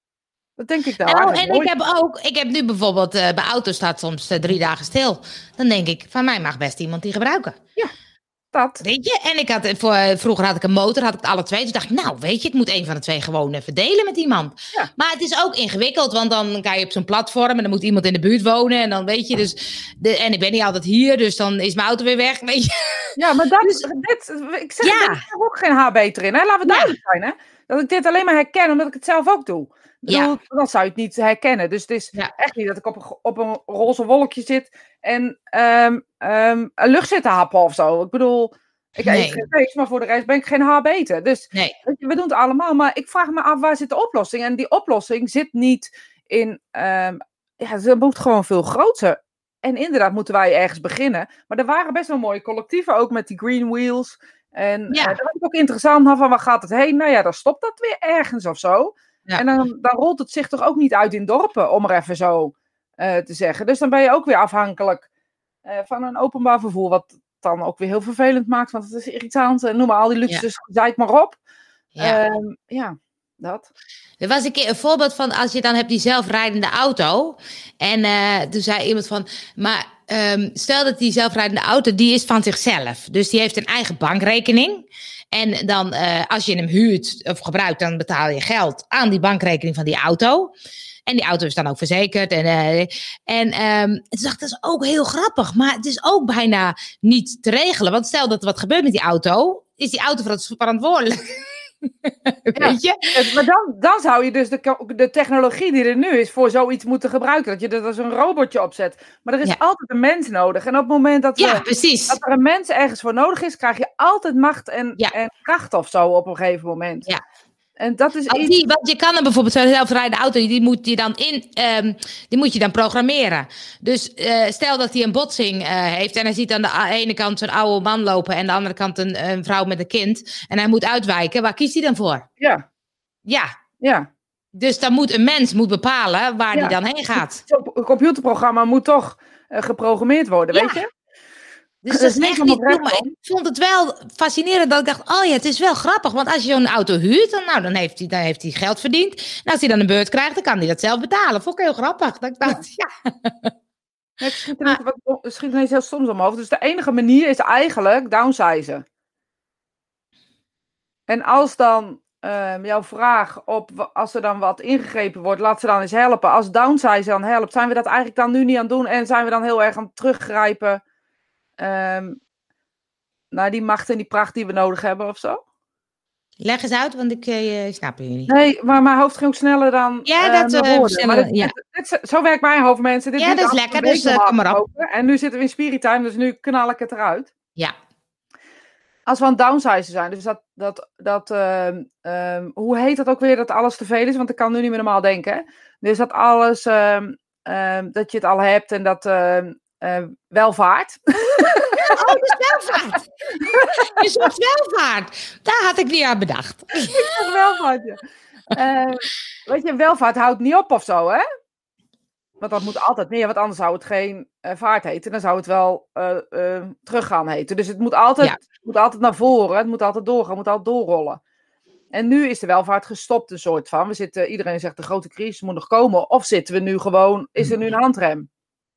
Dat denk ik nou. Nou, en mooi. ik heb ook, ik heb nu bijvoorbeeld, uh, bij auto staat soms uh, drie dagen stil. Dan denk ik, van mij mag best iemand die gebruiken. Ja. Dat. Weet je, en ik had, voor, vroeger had ik een motor, had ik het alle twee. Dus dacht ik, nou weet je, ik moet een van de twee gewoon even delen met iemand. Ja. Maar het is ook ingewikkeld, want dan ga je op zo'n platform en dan moet iemand in de buurt wonen. En dan weet je, dus, de, en ik ben niet altijd hier, dus dan is mijn auto weer weg, weet je. Ja, maar dat, dus, dit, ik zeg, ja. ik heb ook geen H B erin, hè? Laten we duidelijk ja. zijn, hè. Dat ik dit alleen maar herken, omdat ik het zelf ook doe. Bedoel, ja. Dan zou je het niet herkennen. Dus het is ja. echt niet dat ik op een, op een roze wolkje zit en um, um, een lucht zit te happen of zo. Ik bedoel... Ik nee. eet geen vlees, maar voor de rest ben ik geen H B'er. Dus nee. we doen het allemaal. Maar ik vraag me af, waar zit de oplossing? En die oplossing zit niet in... Um, ja, het moet gewoon veel groter. En inderdaad moeten wij ergens beginnen. Maar er waren best wel mooie collectieven, ook met die Green Wheels. En ja. uh, dat was ook interessant. Van waar gaat het heen? Nou ja, dan stopt dat weer ergens of zo. Ja. En dan, dan rolt het zich toch ook niet uit in dorpen, om er even zo uh, te zeggen. Dus dan ben je ook weer afhankelijk uh, van een openbaar vervoer, wat... dan ook weer heel vervelend maakt, want het is irritant. En noem maar al die luxus, ja. zei het maar op. Ja. Um, ja, dat. Er was een keer een voorbeeld van, als je dan hebt die zelfrijdende auto. En uh, toen zei iemand van, maar um, stel dat die zelfrijdende auto, die is van zichzelf. Dus die heeft een eigen bankrekening. En dan, uh, als je hem huurt of gebruikt, dan betaal je geld aan die bankrekening van die auto. En die auto is dan ook verzekerd. En, uh, en um, toen dacht ik, dat is ook heel grappig. Maar het is ook bijna niet te regelen. Want stel dat er wat gebeurt met die auto, is die auto verantwoordelijk. Weet je? Ja, maar dan, dan zou je dus de, de technologie die er nu is voor zoiets moeten gebruiken. Dat je er dus een robotje op zet. Maar er is Ja. altijd een mens nodig. En op het moment dat, we, Ja, precies. dat er een mens ergens voor nodig is, krijg je altijd macht en, Ja. en kracht of zo op een gegeven moment. Ja. En dat is Want, iets... die, want je kan er bijvoorbeeld zo'n zelfrijdende auto, die moet je dan in, um, die moet je dan programmeren. Dus uh, stel dat hij een botsing uh, heeft en hij ziet aan de ene kant zo'n oude man lopen en aan de andere kant een, een vrouw met een kind en hij moet uitwijken, waar kiest hij dan voor? Ja. Ja. Ja. Dus dan moet een mens moet bepalen waar ja. hij dan heen gaat. Zo'n computerprogramma moet toch uh, geprogrammeerd worden, ja. weet je? Dus dat is echt niet doen, maar ik vond het wel fascinerend dat ik dacht, oh ja, het is wel grappig. Want als je zo'n auto huurt, dan, nou, dan, heeft hij, dan heeft hij geld verdiend. En als hij dan een beurt krijgt, dan kan hij dat zelf betalen. Vond ik heel grappig. Dat ik dacht, ja. ja. Het schiet er niet, wat, het schiet ineens heel soms omhoog. Dus de enige manier is eigenlijk downsizen. En als dan uh, jouw vraag op, als er dan wat ingegrepen wordt, laat ze dan eens helpen. Als downsizen dan helpt, zijn we dat eigenlijk dan nu niet aan het doen? En zijn we dan heel erg aan het teruggrijpen Um, naar die macht en die pracht die we nodig hebben of zo? Leg eens uit, want ik uh, snap je niet. Nee, maar mijn hoofd ging ook sneller dan ja, uh, dat, uh, woorden. Maar dit, ja. dit, dit, dit, zo werkt mijn hoofd, mensen. Dit ja, dat is lekker, dus uh, kom maar op. En nu zitten we in Spirit Time, dus nu knal ik het eruit. Ja. Als we aan het downsizen zijn, dus dat, dat, dat uh, um, hoe heet dat ook weer, dat alles te veel is? Want ik kan nu niet meer normaal denken. Hè? Dus dat alles, um, um, dat je het al hebt en dat uh, uh, welvaart. Oh, dat is welvaart. Je zoekt welvaart. Daar had ik niet aan bedacht. Ik zeg welvaart, ja. Uh, weet je, welvaart houdt niet op of zo, hè? Want dat moet altijd meer, want anders zou het geen uh, vaart heten. Dan zou het wel uh, uh, teruggaan heten. Dus het moet, altijd, ja. het moet altijd naar voren, het moet altijd doorgaan, het moet altijd doorrollen. En nu is de welvaart gestopt, een soort van. We zitten, iedereen zegt de grote crisis moet nog komen. Of zitten we nu gewoon, is er nu een handrem?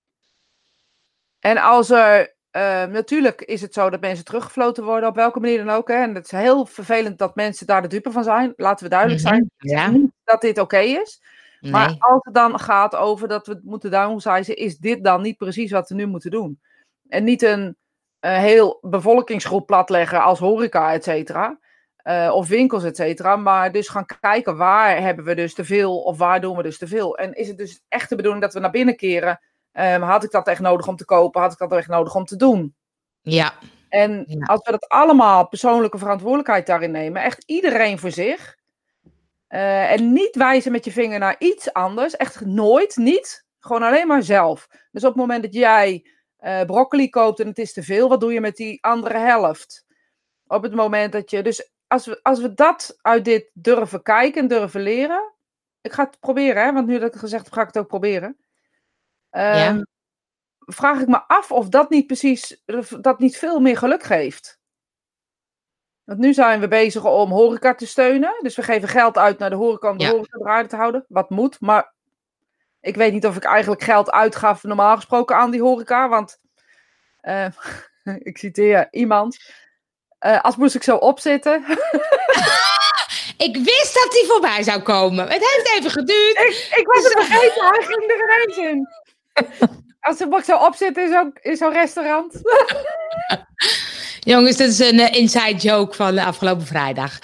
En als er... Uh, natuurlijk is het zo dat mensen teruggefloten worden, op welke manier dan ook. Hè? En het is heel vervelend dat mensen daar de dupe van zijn. Laten we duidelijk zijn. Mm-hmm. Ja. Niet dat dit oké okay is. Nee. Maar als het dan gaat over dat we het moeten downsizen, is dit dan niet precies wat we nu moeten doen. En niet een uh, heel bevolkingsgroep platleggen als horeca, et cetera. Uh, of winkels, et cetera. Maar dus gaan kijken waar hebben we dus te veel of waar doen we dus te veel. En is het dus echt de bedoeling dat we naar binnen keren? Um, had ik dat echt nodig om te kopen? Had ik dat echt nodig om te doen? Ja. En ja. als we dat allemaal persoonlijke verantwoordelijkheid daarin nemen, echt iedereen voor zich, uh, en niet wijzen met je vinger naar iets anders, echt nooit, niet, gewoon alleen maar zelf. Dus op het moment dat jij uh, broccoli koopt en het is te veel, wat doe je met die andere helft? Op het moment dat je, dus als we, als we dat uit dit durven kijken en durven leren, ik ga het proberen, hè, want nu dat ik het gezegd heb, ga ik het ook proberen. Um, ja. Vraag ik me af of dat niet precies, dat niet veel meer geluk geeft. Want nu zijn we bezig om horeca te steunen. Dus we geven geld uit naar de horeca om de ja. horeca draaiende te houden. Wat moet, maar ik weet niet of ik eigenlijk geld uitgaf normaal gesproken aan die horeca. Want, uh, ik citeer iemand, uh, als moest ik zo opzitten. Ik wist dat hij voorbij zou komen. Het heeft even geduurd. Ik, ik was het vergeten, hij ging er ineens in. Als ik zo opzit in zo'n, in zo'n restaurant. Jongens, dat is een uh, inside joke van de afgelopen vrijdag.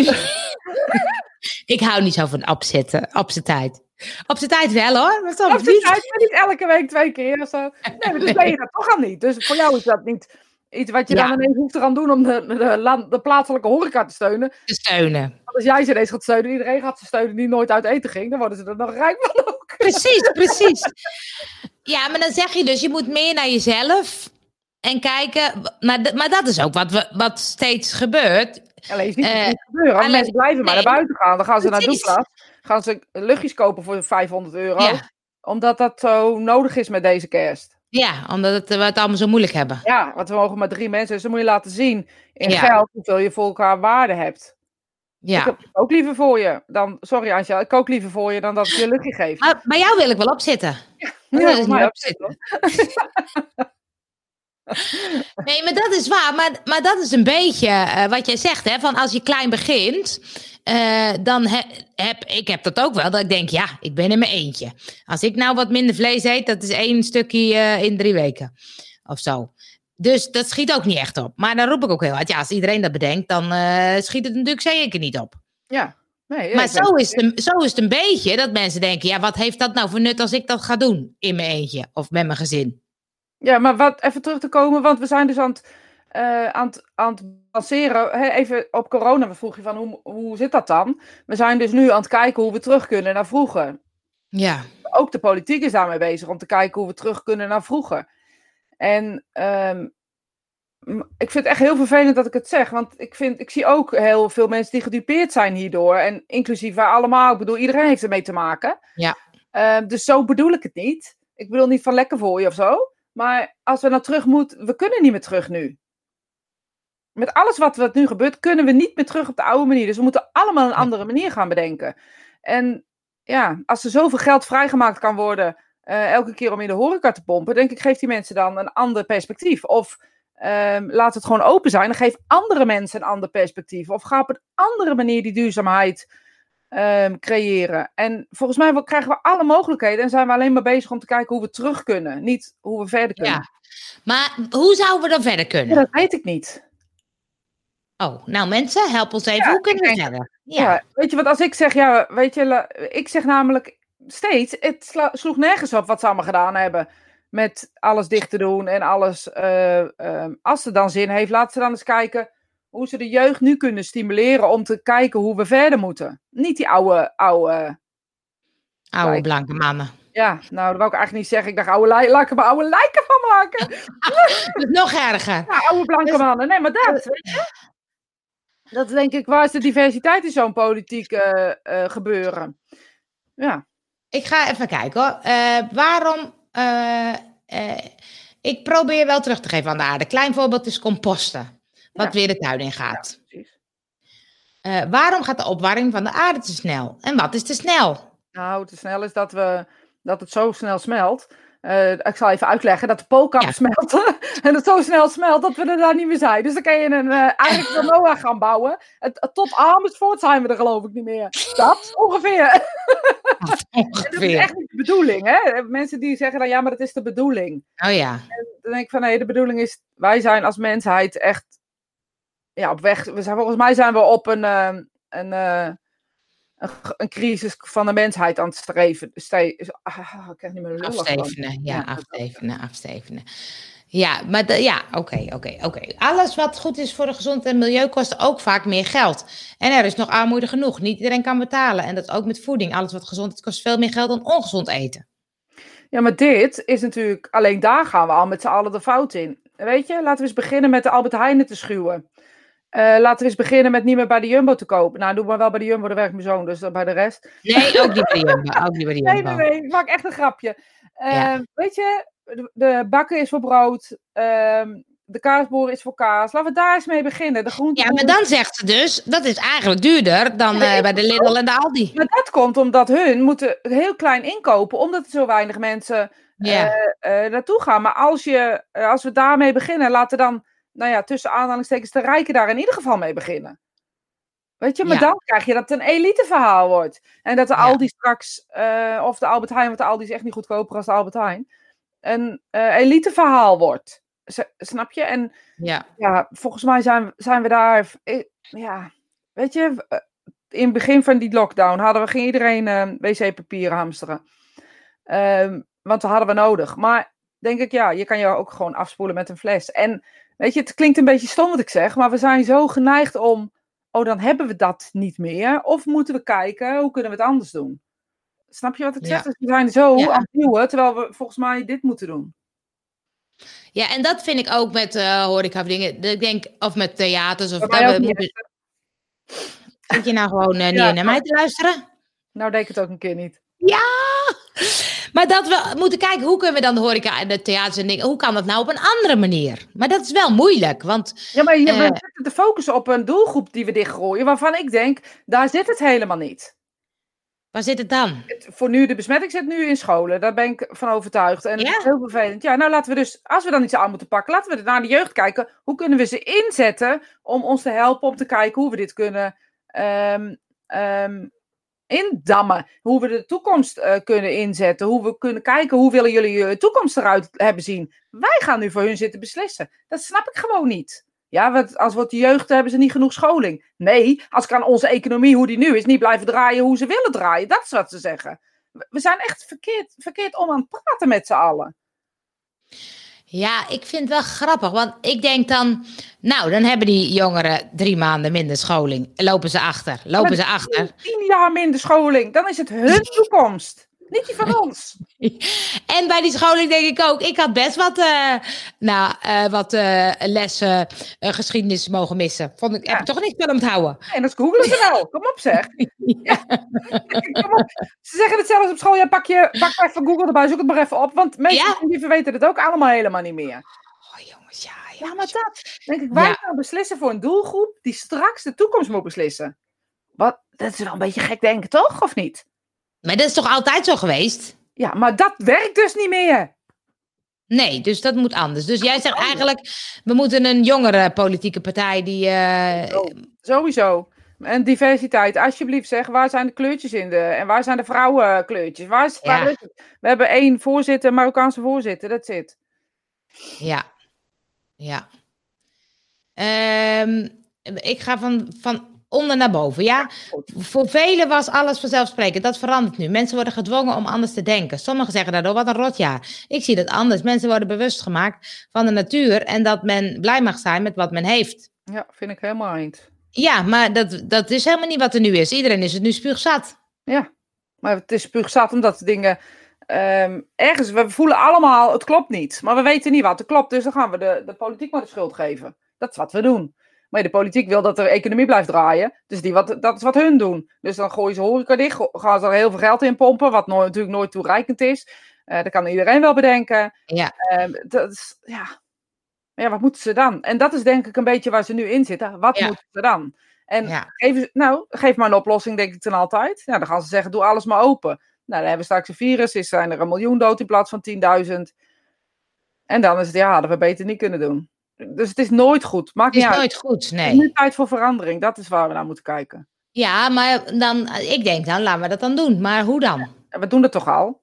Ik hou niet zo van opzitten, op z'n tijd. Op z'n tijd wel hoor. Maar op z'n tijd, maar niet elke week twee keer of zo. Nee, maar dus ben je dat toch al niet. Dus voor jou is dat niet iets wat je ja. dan ineens hoeft te gaan doen om de, de, de, de plaatselijke horeca te steunen. Te steunen. Want als jij ze ineens gaat steunen, iedereen gaat ze steunen die nooit uit eten ging, dan worden ze er nog rijk van ook. Precies, precies. Ja, maar dan zeg je dus, je moet meer naar jezelf en kijken. Maar, maar dat is ook wat, we, wat steeds gebeurt. Alleen is niet uh, gebeuren. Alleen, mensen blijven nee, maar naar buiten gaan. Dan gaan ze precies. naar Douglas. Gaan ze luchtjes kopen voor vijfhonderd euro. Ja. Omdat dat zo nodig is met deze kerst. Ja, omdat het, we het allemaal zo moeilijk hebben. Ja, want we mogen maar drie mensen. Dus dan moet je laten zien in ja. geld hoeveel je voor elkaar waarde hebt. Ja. Ik heb ook liever voor je dan... Sorry Antje, ik kook liever voor je dan dat ik je een luchtje geef. Maar bij jou wil ik wel opzitten. Ja, ja, wil ik niet opzitten. Nee, maar dat is waar. Maar, maar dat is een beetje uh, wat jij zegt, hè. Van als je klein begint, uh, dan he, heb ik heb dat ook wel. Dat ik denk, ja, ik ben in mijn eentje. Als ik nou wat minder vlees eet, dat is één stukje uh, in drie weken. Of zo. Dus dat schiet ook niet echt op. Maar dan roep ik ook heel hard, ja, als iedereen dat bedenkt, dan uh, schiet het natuurlijk zeker niet op. Ja. Nee, maar zo is, het, zo is het een beetje dat mensen denken, ja, wat heeft dat nou voor nut als ik dat ga doen in mijn eentje of met mijn gezin? Ja, maar wat, even terug te komen, want we zijn dus aan het, uh, aan het, aan het balanceren. Hè, even op corona, we vroegen je van, hoe, hoe zit dat dan? We zijn dus nu aan het kijken hoe we terug kunnen naar vroeger. Ja. Ook de politiek is daarmee bezig om te kijken hoe we terug kunnen naar vroeger. En um, ik vind het echt heel vervelend dat ik het zeg, want ik, vind, ik zie ook heel veel mensen die gedupeerd zijn hierdoor. En inclusief wij allemaal, ik bedoel, iedereen heeft ermee te maken. Ja. Uh, dus zo bedoel ik het niet. Ik bedoel niet van lekker voor je of zo. Maar als we nou terug moeten, we kunnen niet meer terug nu. Met alles wat er nu gebeurt, kunnen we niet meer terug op de oude manier. Dus we moeten allemaal een andere manier gaan bedenken. En ja, als er zoveel geld vrijgemaakt kan worden, uh, elke keer om in de horeca te pompen, denk ik, geeft die mensen dan een ander perspectief. Of um, laat het gewoon open zijn en geef andere mensen een ander perspectief. Of ga op een andere manier die duurzaamheid Um, creëren. En volgens mij krijgen we alle mogelijkheden en zijn we alleen maar bezig om te kijken hoe we terug kunnen. Niet hoe we verder kunnen. Ja. Maar hoe zouden we dan verder kunnen? Ja, dat weet ik niet. Oh, nou mensen, help ons even. Ja, hoe kunnen we verder? Ja. ja, weet je wat, als ik zeg, ja, weet je, ik zeg namelijk steeds, het sla, sloeg nergens op wat ze allemaal gedaan hebben. Met alles dicht te doen en alles. Uh, uh, als ze dan zin heeft, laten ze dan eens kijken hoe ze de jeugd nu kunnen stimuleren om te kijken hoe we verder moeten. Niet die oude... Oude, oude blanke mannen. Ja, nou, dat wou ik eigenlijk niet zeggen. Ik dacht, oude li- laat ik er maar oude lijken van maken. Dat is nog erger. Ja, oude blanke dus, mannen. Nee, maar dat, weet je. Dat denk ik, waar is de diversiteit in zo'n politiek uh, uh, gebeuren? Ja. Ik ga even kijken hoor. Uh, waarom... Uh, uh, ik probeer wel terug te geven aan de aarde. Klein voorbeeld is composten. Wat ja. weer de tuin in gaat. Ja, precies. Uh, waarom gaat de opwarming van de aarde te snel? En wat is te snel? Nou, te snel is dat, we, dat het zo snel smelt. Uh, ik zal even uitleggen dat de poolkappen ja. smelten. En het zo snel smelt dat we er daar niet meer zijn. Dus dan kan je een uh, eigenlijk van Noah gaan bouwen. Het, tot Amersfoort zijn we er geloof ik niet meer. Dat ongeveer. Dat, ongeveer. Dat is echt niet de bedoeling. Hè? Mensen die zeggen dan ja, maar dat is de bedoeling. Oh ja. En dan denk ik van nee, de bedoeling is, wij zijn als mensheid echt ja, op weg. We zijn, volgens mij zijn we op een, uh, een, uh, een, een crisis van de mensheid aan het streven. Ste- ah, ik krijg niet meer de lul afstevenen, ja, ja, afstevenen, afstevenen. Ja, maar de, ja, oké, okay, oké, okay, oké. Okay. Alles wat goed is voor de gezondheid en milieu kost ook vaak meer geld. En er is nog armoede genoeg. Niet iedereen kan betalen. En dat is ook met voeding. Alles wat gezond is, kost veel meer geld dan ongezond eten. Ja, maar dit is natuurlijk... Alleen daar gaan we al met z'n allen de fout in. Weet je, laten we eens beginnen met de Albert Heijnen te schuwen. Uh, laten we eens beginnen met niet meer bij de Jumbo te kopen. Nou, doe maar wel bij de Jumbo, daar werkt mijn zoon, dus dan bij de rest. Nee, ook niet bij de Jumbo. Ook niet bij de Jumbo. Nee, nee, nee, ik maak echt een grapje. Uh, ja. Weet je, de, de bakker is voor brood, uh, de kaasboer is voor kaas. Laten we daar eens mee beginnen. De groente. Ja, maar dan zegt ze dus, dat is eigenlijk duurder dan uh, bij de Lidl en de Aldi. Maar dat komt omdat hun moeten heel klein inkopen, omdat er zo weinig mensen ja. uh, uh, naartoe gaan. Maar als, je, uh, als we daarmee beginnen, laten dan... nou ja, tussen aanhalingstekens de rijken daar in ieder geval mee beginnen. Weet je, maar ja. dan krijg je dat het een eliteverhaal wordt. En dat de ja. Aldi straks, uh, of de Albert Heijn, want de Aldi is echt niet goedkoper als de Albert Heijn, een uh, eliteverhaal wordt. S- snap je? En ja, ja volgens mij zijn, zijn we daar, ja, weet je, in het begin van die lockdown hadden we, ging iedereen uh, wc-papier hamsteren. Uh, want dat hadden we nodig. Maar denk ik, ja, je kan je ook gewoon afspoelen met een fles. En weet je, het klinkt een beetje stom wat ik zeg, maar we zijn zo geneigd om, oh, dan hebben we dat niet meer. Of moeten we kijken, hoe kunnen we het anders doen? Snap je wat ik zeg? Ja. Dus we zijn zo ja. aan het duwen, terwijl we volgens mij dit moeten doen. Ja, en dat vind ik ook met uh, horeca dingen. Ik denk, of met theaters. Of dat we moeten... Zit je nou gewoon uh, niet ja, naar mij te luisteren? Nou, deed ik het ook een keer niet. Ja! Maar dat we moeten kijken, hoe kunnen we dan de horeca en de theaters en dingen, hoe kan dat nou op een andere manier? Maar dat is wel moeilijk, want... Ja, maar je uh, zitten te focussen op een doelgroep die we dichtgooien, waarvan ik denk, daar zit het helemaal niet. Waar zit het dan? Het, voor nu, de besmetting zit nu in scholen, daar ben ik van overtuigd. En ja? Het is heel vervelend. Ja, nou laten we dus, als we dan iets aan moeten pakken, laten we naar de jeugd kijken. Hoe kunnen we ze inzetten om ons te helpen om te kijken hoe we dit kunnen... Um, um, indammen. Hoe we de toekomst uh, kunnen inzetten. Hoe we kunnen kijken, hoe willen jullie je toekomst eruit hebben zien. Wij gaan nu voor hun zitten beslissen. Dat snap ik gewoon niet. Ja, wat, als we de jeugd hebben ze niet genoeg scholing. Nee, als kan onze economie, hoe die nu is, niet blijven draaien hoe ze willen draaien. Dat is wat ze zeggen. We zijn echt verkeerd, verkeerd om aan het praten met z'n allen. Ja, ik vind het wel grappig, want ik denk dan, nou, dan hebben die jongeren drie maanden minder scholing. Lopen ze achter, lopen ze achter. Tien jaar minder scholing, dan is het hun toekomst. Niet die van ons. En bij die scholing denk ik ook, ik had best wat, uh, nou, uh, wat uh, lessen uh, geschiedenis mogen missen. Vond ik, ja. Heb ik toch niks van onthouden. En dat googelen ze wel. Kom op zeg. Ja. Kom op. Ze zeggen het zelfs op school, ja, pak, je, pak maar even Google erbij, zoek het maar even op. Want mensen ja? weten het ook allemaal helemaal niet meer. Oh jongens, ja. Jongens. Ja, maar dat, denk ik, wij ja. gaan beslissen voor een doelgroep die straks de toekomst moet beslissen. Wat, dat is wel een beetje gek denken, toch? Of niet? Maar dat is toch altijd zo geweest? Ja, maar dat werkt dus niet meer. Nee, dus dat moet anders. Dus jij zegt eigenlijk, we moeten een jongere politieke partij die... Uh... Oh, sowieso. En diversiteit, alsjeblieft zeg, waar zijn de kleurtjes in de... En waar zijn de vrouwenkleurtjes? Waar is, ja. waar is het? We hebben één voorzitter, een Marokkaanse voorzitter, that's it. Ja. Ja. Um, ik ga van... van onder naar boven, ja. Voor velen was alles vanzelfsprekend. Dat verandert nu. Mensen worden gedwongen om anders te denken. Sommigen zeggen daardoor, wat een rotjaar. Ik zie dat anders. Mensen worden bewust gemaakt van de natuur en dat men blij mag zijn met wat men heeft. Ja, vind ik helemaal eens. Ja, maar dat, dat is helemaal niet wat er nu is. Iedereen is het nu spuugzat. Ja, maar het is spuugzat omdat dingen... Um, ergens, we voelen allemaal, het klopt niet. Maar we weten niet wat er klopt. Dus dan gaan we de, de politiek maar de schuld geven. Dat is wat we doen. Maar de politiek wil dat de economie blijft draaien. Dus die wat, dat is wat hun doen. Dus dan gooien ze horeca dicht. Gaan ze er heel veel geld in pompen. Wat nooit, natuurlijk nooit toereikend is. Uh, dat kan iedereen wel bedenken. Ja. Uh, dat is, ja. ja, wat moeten ze dan? En dat is denk ik een beetje waar ze nu in zitten. Wat ja. moeten ze dan? En ja. geef, nou, geef maar een oplossing, denk ik dan altijd. Ja, dan gaan ze zeggen, doe alles maar open. Nou, dan hebben we straks een virus. Is zijn er een miljoen dood in plaats van tienduizend. En dan is het, ja, hadden we beter niet kunnen doen. Dus het is nooit goed. Maakt het is niet nooit uit. goed, nee. Het is nu tijd voor verandering. Dat is waar we naar moeten kijken. Ja, maar dan, ik denk dan, laten we dat dan doen. Maar hoe dan? Ja, we doen dat toch al?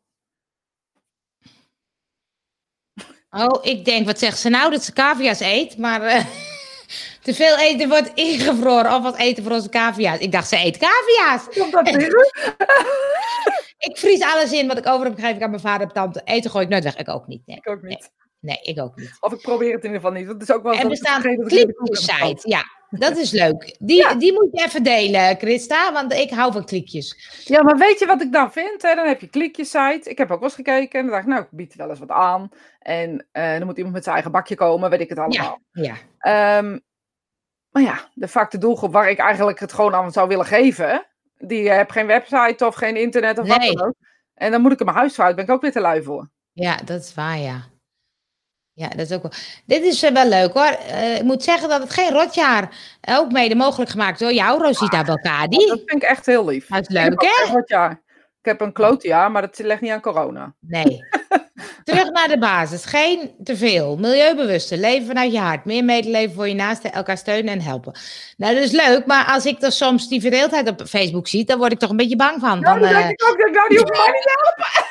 Oh, ik denk, wat zegt ze nou? Dat ze cavia's eet, maar uh, te veel eten wordt ingevroren. Of wat eten voor onze cavia's? Ik dacht, ze eet cavia's. Komt dat tegen? Ik vries alles in wat ik over heb gegeven aan mijn vader en tante. Eten gooi ik nooit weg. Ik ook niet. Nee. Ik ook niet. Nee. Nee, ik ook niet. Of ik probeer het in ieder geval niet. Dat is ook wel en er staan kliekjes-site. Ja, dat is leuk. Die, ja. die moet je even delen, Christa, want ik hou van kliekjes. Ja, maar weet je wat ik dan vind? Hè? Dan heb je kliekjes-site. Ik heb ook wel eens gekeken en dan dacht ik, nou, ik bied wel eens wat aan. En uh, dan moet iemand met zijn eigen bakje komen, weet ik het allemaal. Ja, ja. Um, maar ja, de facto doelgroep waar ik eigenlijk het gewoon aan zou willen geven, die uh, heeft geen website of geen internet of nee. wat dan ook. En dan moet ik in mijn huis uit, ben ik ook weer te lui voor. Ja, dat is waar, ja. Ja, dat is ook wel. Dit is uh, wel leuk hoor. Uh, ik moet zeggen dat het geen rotjaar uh, ook mede mogelijk gemaakt door jou, Rosita ah, Belkadi. Dat vind ik echt heel lief. Dat is leuk, hè? Rotjaar. Ik heb een klootjaar, maar dat ligt niet aan corona. Nee. Terug naar de basis. Geen te veel. Milieubewuste. Leven vanuit je hart. Meer medeleven voor je naasten. Elkaar steunen en helpen. Nou, dat is leuk. Maar als ik dan soms die verdeeldheid op Facebook zie, dan word ik toch een beetje bang van. Nou, dan uh... denk ik ook. Denk, nou, die hoeft mij niet te helpen.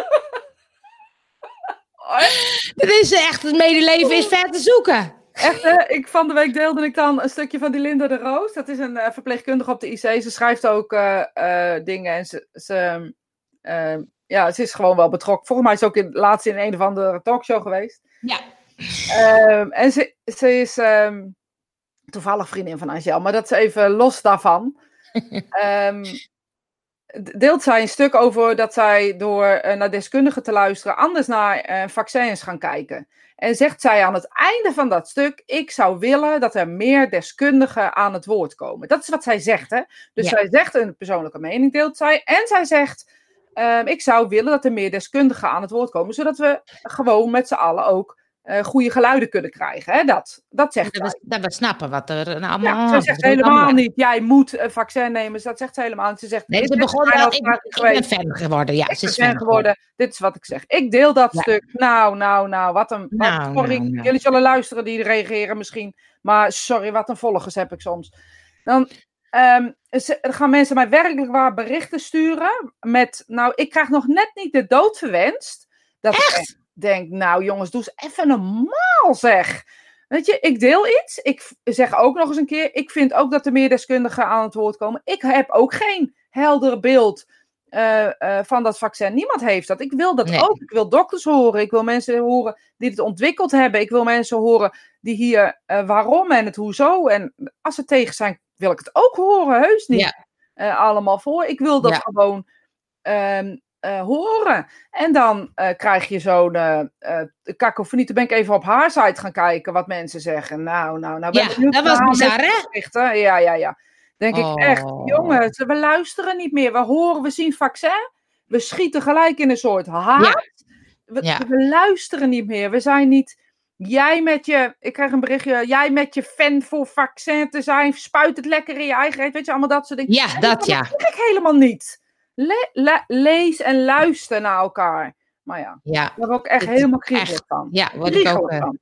Dit is echt, het medeleven is ver te zoeken. Echt, hè? Ik, van de week deelde ik dan een stukje van die Linda de Roos. Dat is een uh, verpleegkundige op de I C. Ze schrijft ook uh, uh, dingen en ze, ze, uh, ja, ze is gewoon wel betrokken. Volgens mij is ze ook in, laatst in een of andere talkshow geweest. Ja. Um, en ze, ze is um, toevallig vriendin van Angel, maar dat is even los daarvan. um, deelt zij een stuk over dat zij door uh, naar deskundigen te luisteren anders naar uh, vaccins gaan kijken. En zegt zij aan het einde van dat stuk, ik zou willen dat er meer deskundigen aan het woord komen. Dat is wat zij zegt, hè. Dus ja. Zij zegt een persoonlijke mening, deelt zij. En zij zegt, uh, ik zou willen dat er meer deskundigen aan het woord komen. Zodat we gewoon met z'n allen ook uh, goede geluiden kunnen krijgen. Hè? Dat, dat zegt dat zij. We, dat we snappen wat er nou allemaal... Ja, zij zegt helemaal allemaal. niet, jij moet een vaccin nemen. Dat zegt ze helemaal niet. Ze zegt, nee, ze begon wel, ik, ik ben fan geworden. Ja, ik ze is ben fan geworden. Dit is wat ik zeg. Ik deel dat ja. stuk. Nou, nou, nou, wat een... Wat, nou, sorry, nou, nou. Jullie zullen luisteren die reageren misschien. Maar sorry, wat een volgers heb ik soms. Dan... Um, ze, gaan mensen mij werkelijk waar berichten sturen met, nou, ik krijg nog net niet de dood verwenst. Dat echt? ik echt denk, nou jongens, doe eens even normaal zeg. Weet je, ik deel iets. Ik zeg ook nog eens een keer, ik vind ook dat er meer deskundigen aan het woord komen. Ik heb ook geen helder beeld uh, uh, van dat vaccin. Niemand heeft dat. Ik wil dat nee. ook. Ik wil dokters horen. Ik wil mensen horen die het ontwikkeld hebben. Ik wil mensen horen die hier uh, waarom en het hoezo. En als ze tegen zijn, wil ik het ook horen. Heus niet ja. uh, allemaal voor. Ik wil dat ja. gewoon um, uh, horen. En dan uh, krijg je zo'n uh, uh, kakofonie. Toen ben ik even op haar site gaan kijken wat mensen zeggen. Nou, nou, nou. Ben ja, benieuwd dat was bizar, hè? Ja, ja, ja. Denk oh. ik echt, jongens, we luisteren niet meer. We horen, we zien vaccin. We schieten gelijk in een soort haat. Ja. We, ja. we luisteren niet meer. We zijn niet... Jij met je... Ik krijg een berichtje. Jij met je fan voor vaccin te zijn. Spuit het lekker in je eigen reet. Weet je, allemaal dat soort dingen. Ja, en dat, dat ja. Dat zeg ik helemaal niet. Le- le- lees en luister naar elkaar. Maar ja, ja. daar word ik echt het helemaal kriegelig van. Ja, word ik ook... Uh,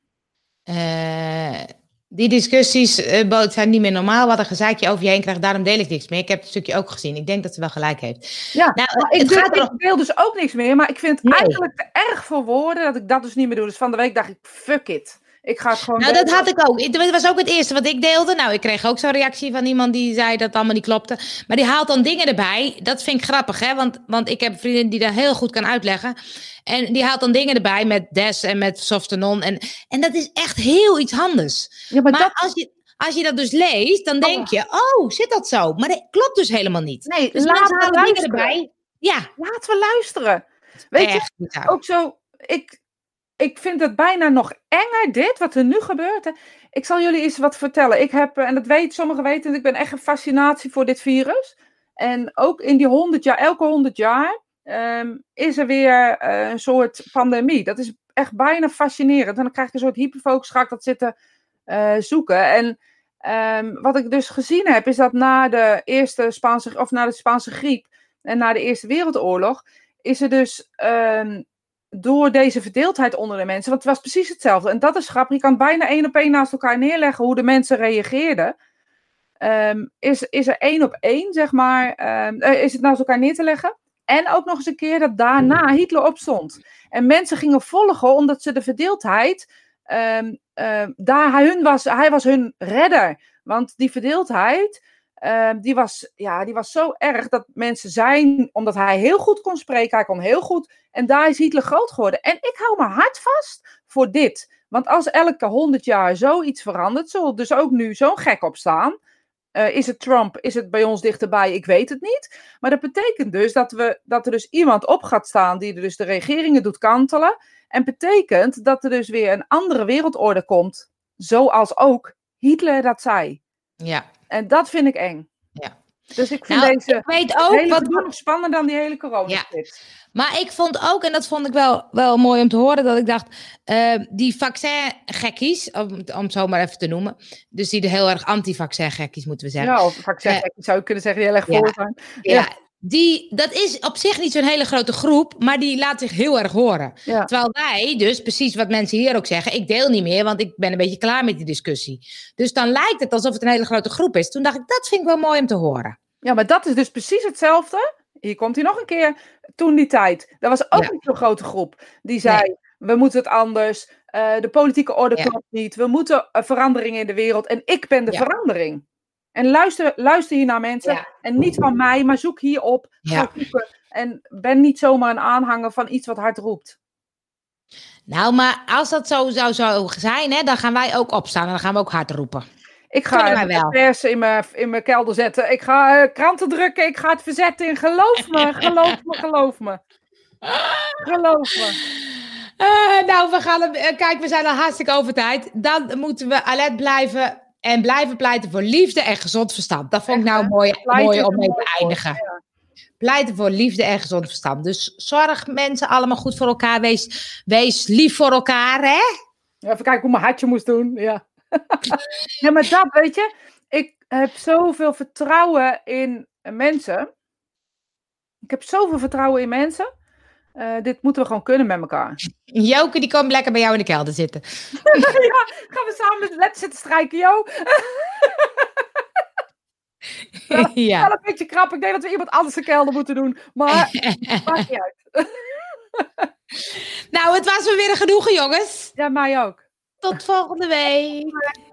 uh, die discussies uh, zijn niet meer normaal. We hadden een gezeikje over je heen krijgen. Daarom deel ik niks meer. Ik heb het stukje ook gezien. Ik denk dat ze wel gelijk heeft. Ja, nou, ik, deel, ik deel dus ook niks meer. Maar ik vind het nee. eigenlijk te erg voor woorden dat ik dat dus niet meer doe. Dus van de week dacht ik, fuck it. Ik ga het gewoon Nou, delen. Dat had ik ook. Dat was ook het eerste wat ik deelde. Nou, ik kreeg ook zo'n reactie van iemand die zei dat het allemaal niet klopte. Maar die haalt dan dingen erbij. Dat vind ik grappig, hè. Want, want ik heb een vriendin die dat heel goed kan uitleggen. En die haalt dan dingen erbij met des en met softenon. En, en dat is echt heel iets anders. Ja, maar maar dat... als, je, als je dat dus leest, dan denk oh. je, oh, zit dat zo? Maar dat klopt dus helemaal niet. Nee, dus laten we luisteren. Erbij. Ja. Laten we luisteren. Weet echt, je, ja. ook zo... Ik, Ik vind het bijna nog enger, dit, wat er nu gebeurt. Hè. Ik zal jullie eens wat vertellen. Ik heb, en dat weet sommigen weten, ik ben echt een fascinatie voor dit virus. En ook in die honderd jaar, elke honderd jaar, um, is er weer uh, een soort pandemie. Dat is echt bijna fascinerend. En dan krijg je een soort hyperfocus, ga ik dat zitten uh, zoeken. En um, wat ik dus gezien heb, is dat na de eerste Spaanse, of na de Spaanse griep en na de Eerste Wereldoorlog, is er dus... Um, door deze verdeeldheid onder de mensen, want het was precies hetzelfde. En dat is grappig, je kan bijna één op één naast elkaar neerleggen hoe de mensen reageerden. Um, is, is er één op één, zeg maar, um, is het naast elkaar neer te leggen. En ook nog eens een keer dat daarna Hitler opstond. En mensen gingen volgen omdat ze de verdeeldheid, um, um, daar hun was, hij was hun redder. Want die verdeeldheid... Uh, die, was, ja, die was zo erg dat mensen zijn, omdat hij heel goed kon spreken, hij kon heel goed, en daar is Hitler groot geworden. En ik hou mijn hart vast voor dit. Want als elke honderd jaar zoiets verandert, zal er dus ook nu zo'n gek op staan. Uh, is het Trump, is het bij ons dichterbij, ik weet het niet. Maar dat betekent dus dat, we, dat er dus iemand op gaat staan die er dus de regeringen doet kantelen. En betekent dat er dus weer een andere wereldorde komt, zoals ook Hitler dat zei. Ja. En dat vind ik eng. Ja. Dus ik vind nou, deze ik weet ook hele wat nog spannender dan die hele corona-script. Ja. Maar ik vond ook, en dat vond ik wel, wel mooi om te horen, dat ik dacht, uh, die vaccin-gekkies, om, om het zo maar even te noemen, dus die de heel erg anti-vaccin-gekkies, moeten we zeggen. Ja, of vaccin-gekkies uh, zou je kunnen zeggen, die heel erg ja, voor zijn. Ja, ja. Die, dat is op zich niet zo'n hele grote groep, maar die laat zich heel erg horen. Ja. Terwijl wij dus, precies wat mensen hier ook zeggen, ik deel niet meer, want ik ben een beetje klaar met die discussie. Dus dan lijkt het alsof het een hele grote groep is. Toen dacht ik, dat vind ik wel mooi om te horen. Ja, maar dat is dus precies hetzelfde. Hier komt hij nog een keer. Toen die tijd, dat was ook ja. niet zo'n grote groep. Die zei, nee. we moeten het anders, uh, de politieke orde ja. klopt niet, we moeten uh, veranderingen in de wereld en ik ben de ja. verandering. En luister, luister hier naar mensen. Ja. En niet van mij, maar zoek hierop. Ja. En ben niet zomaar een aanhanger van iets wat hard roept. Nou, maar als dat zo zou zo zijn, hè, dan gaan wij ook opstaan. En dan gaan we ook hard roepen. Ik ga een pers in mijn, in mijn kelder zetten. Ik ga uh, kranten drukken. Ik ga het verzetten. En geloof me, geloof me, geloof me. Geloof me. Uh, nou, we gaan... Uh, kijk, we zijn al hartstikke over tijd. Dan moeten we alert blijven... En blijven pleiten voor liefde en gezond verstand. Dat vond ik nou mooi, mooi om mee te eindigen. Ja. Pleiten voor liefde en gezond verstand. Dus zorg mensen allemaal goed voor elkaar. Wees, wees lief voor elkaar, hè? Ja, even kijken hoe mijn hartje moest doen. Ja. Ja, maar dat, weet je. Ik heb zoveel vertrouwen in mensen. Ik heb zoveel vertrouwen in mensen. Uh, dit moeten we gewoon kunnen met elkaar. Joke, die komt lekker bij jou in de kelder zitten. Ja, gaan we samen met Let zitten strijken, Jo. Wel, Ja. wel een beetje krap. Ik denk dat we iemand anders de kelder moeten doen. Maar maakt niet uit. Nou, het was me weer een genoegen, jongens. Ja, mij ook. Tot volgende week.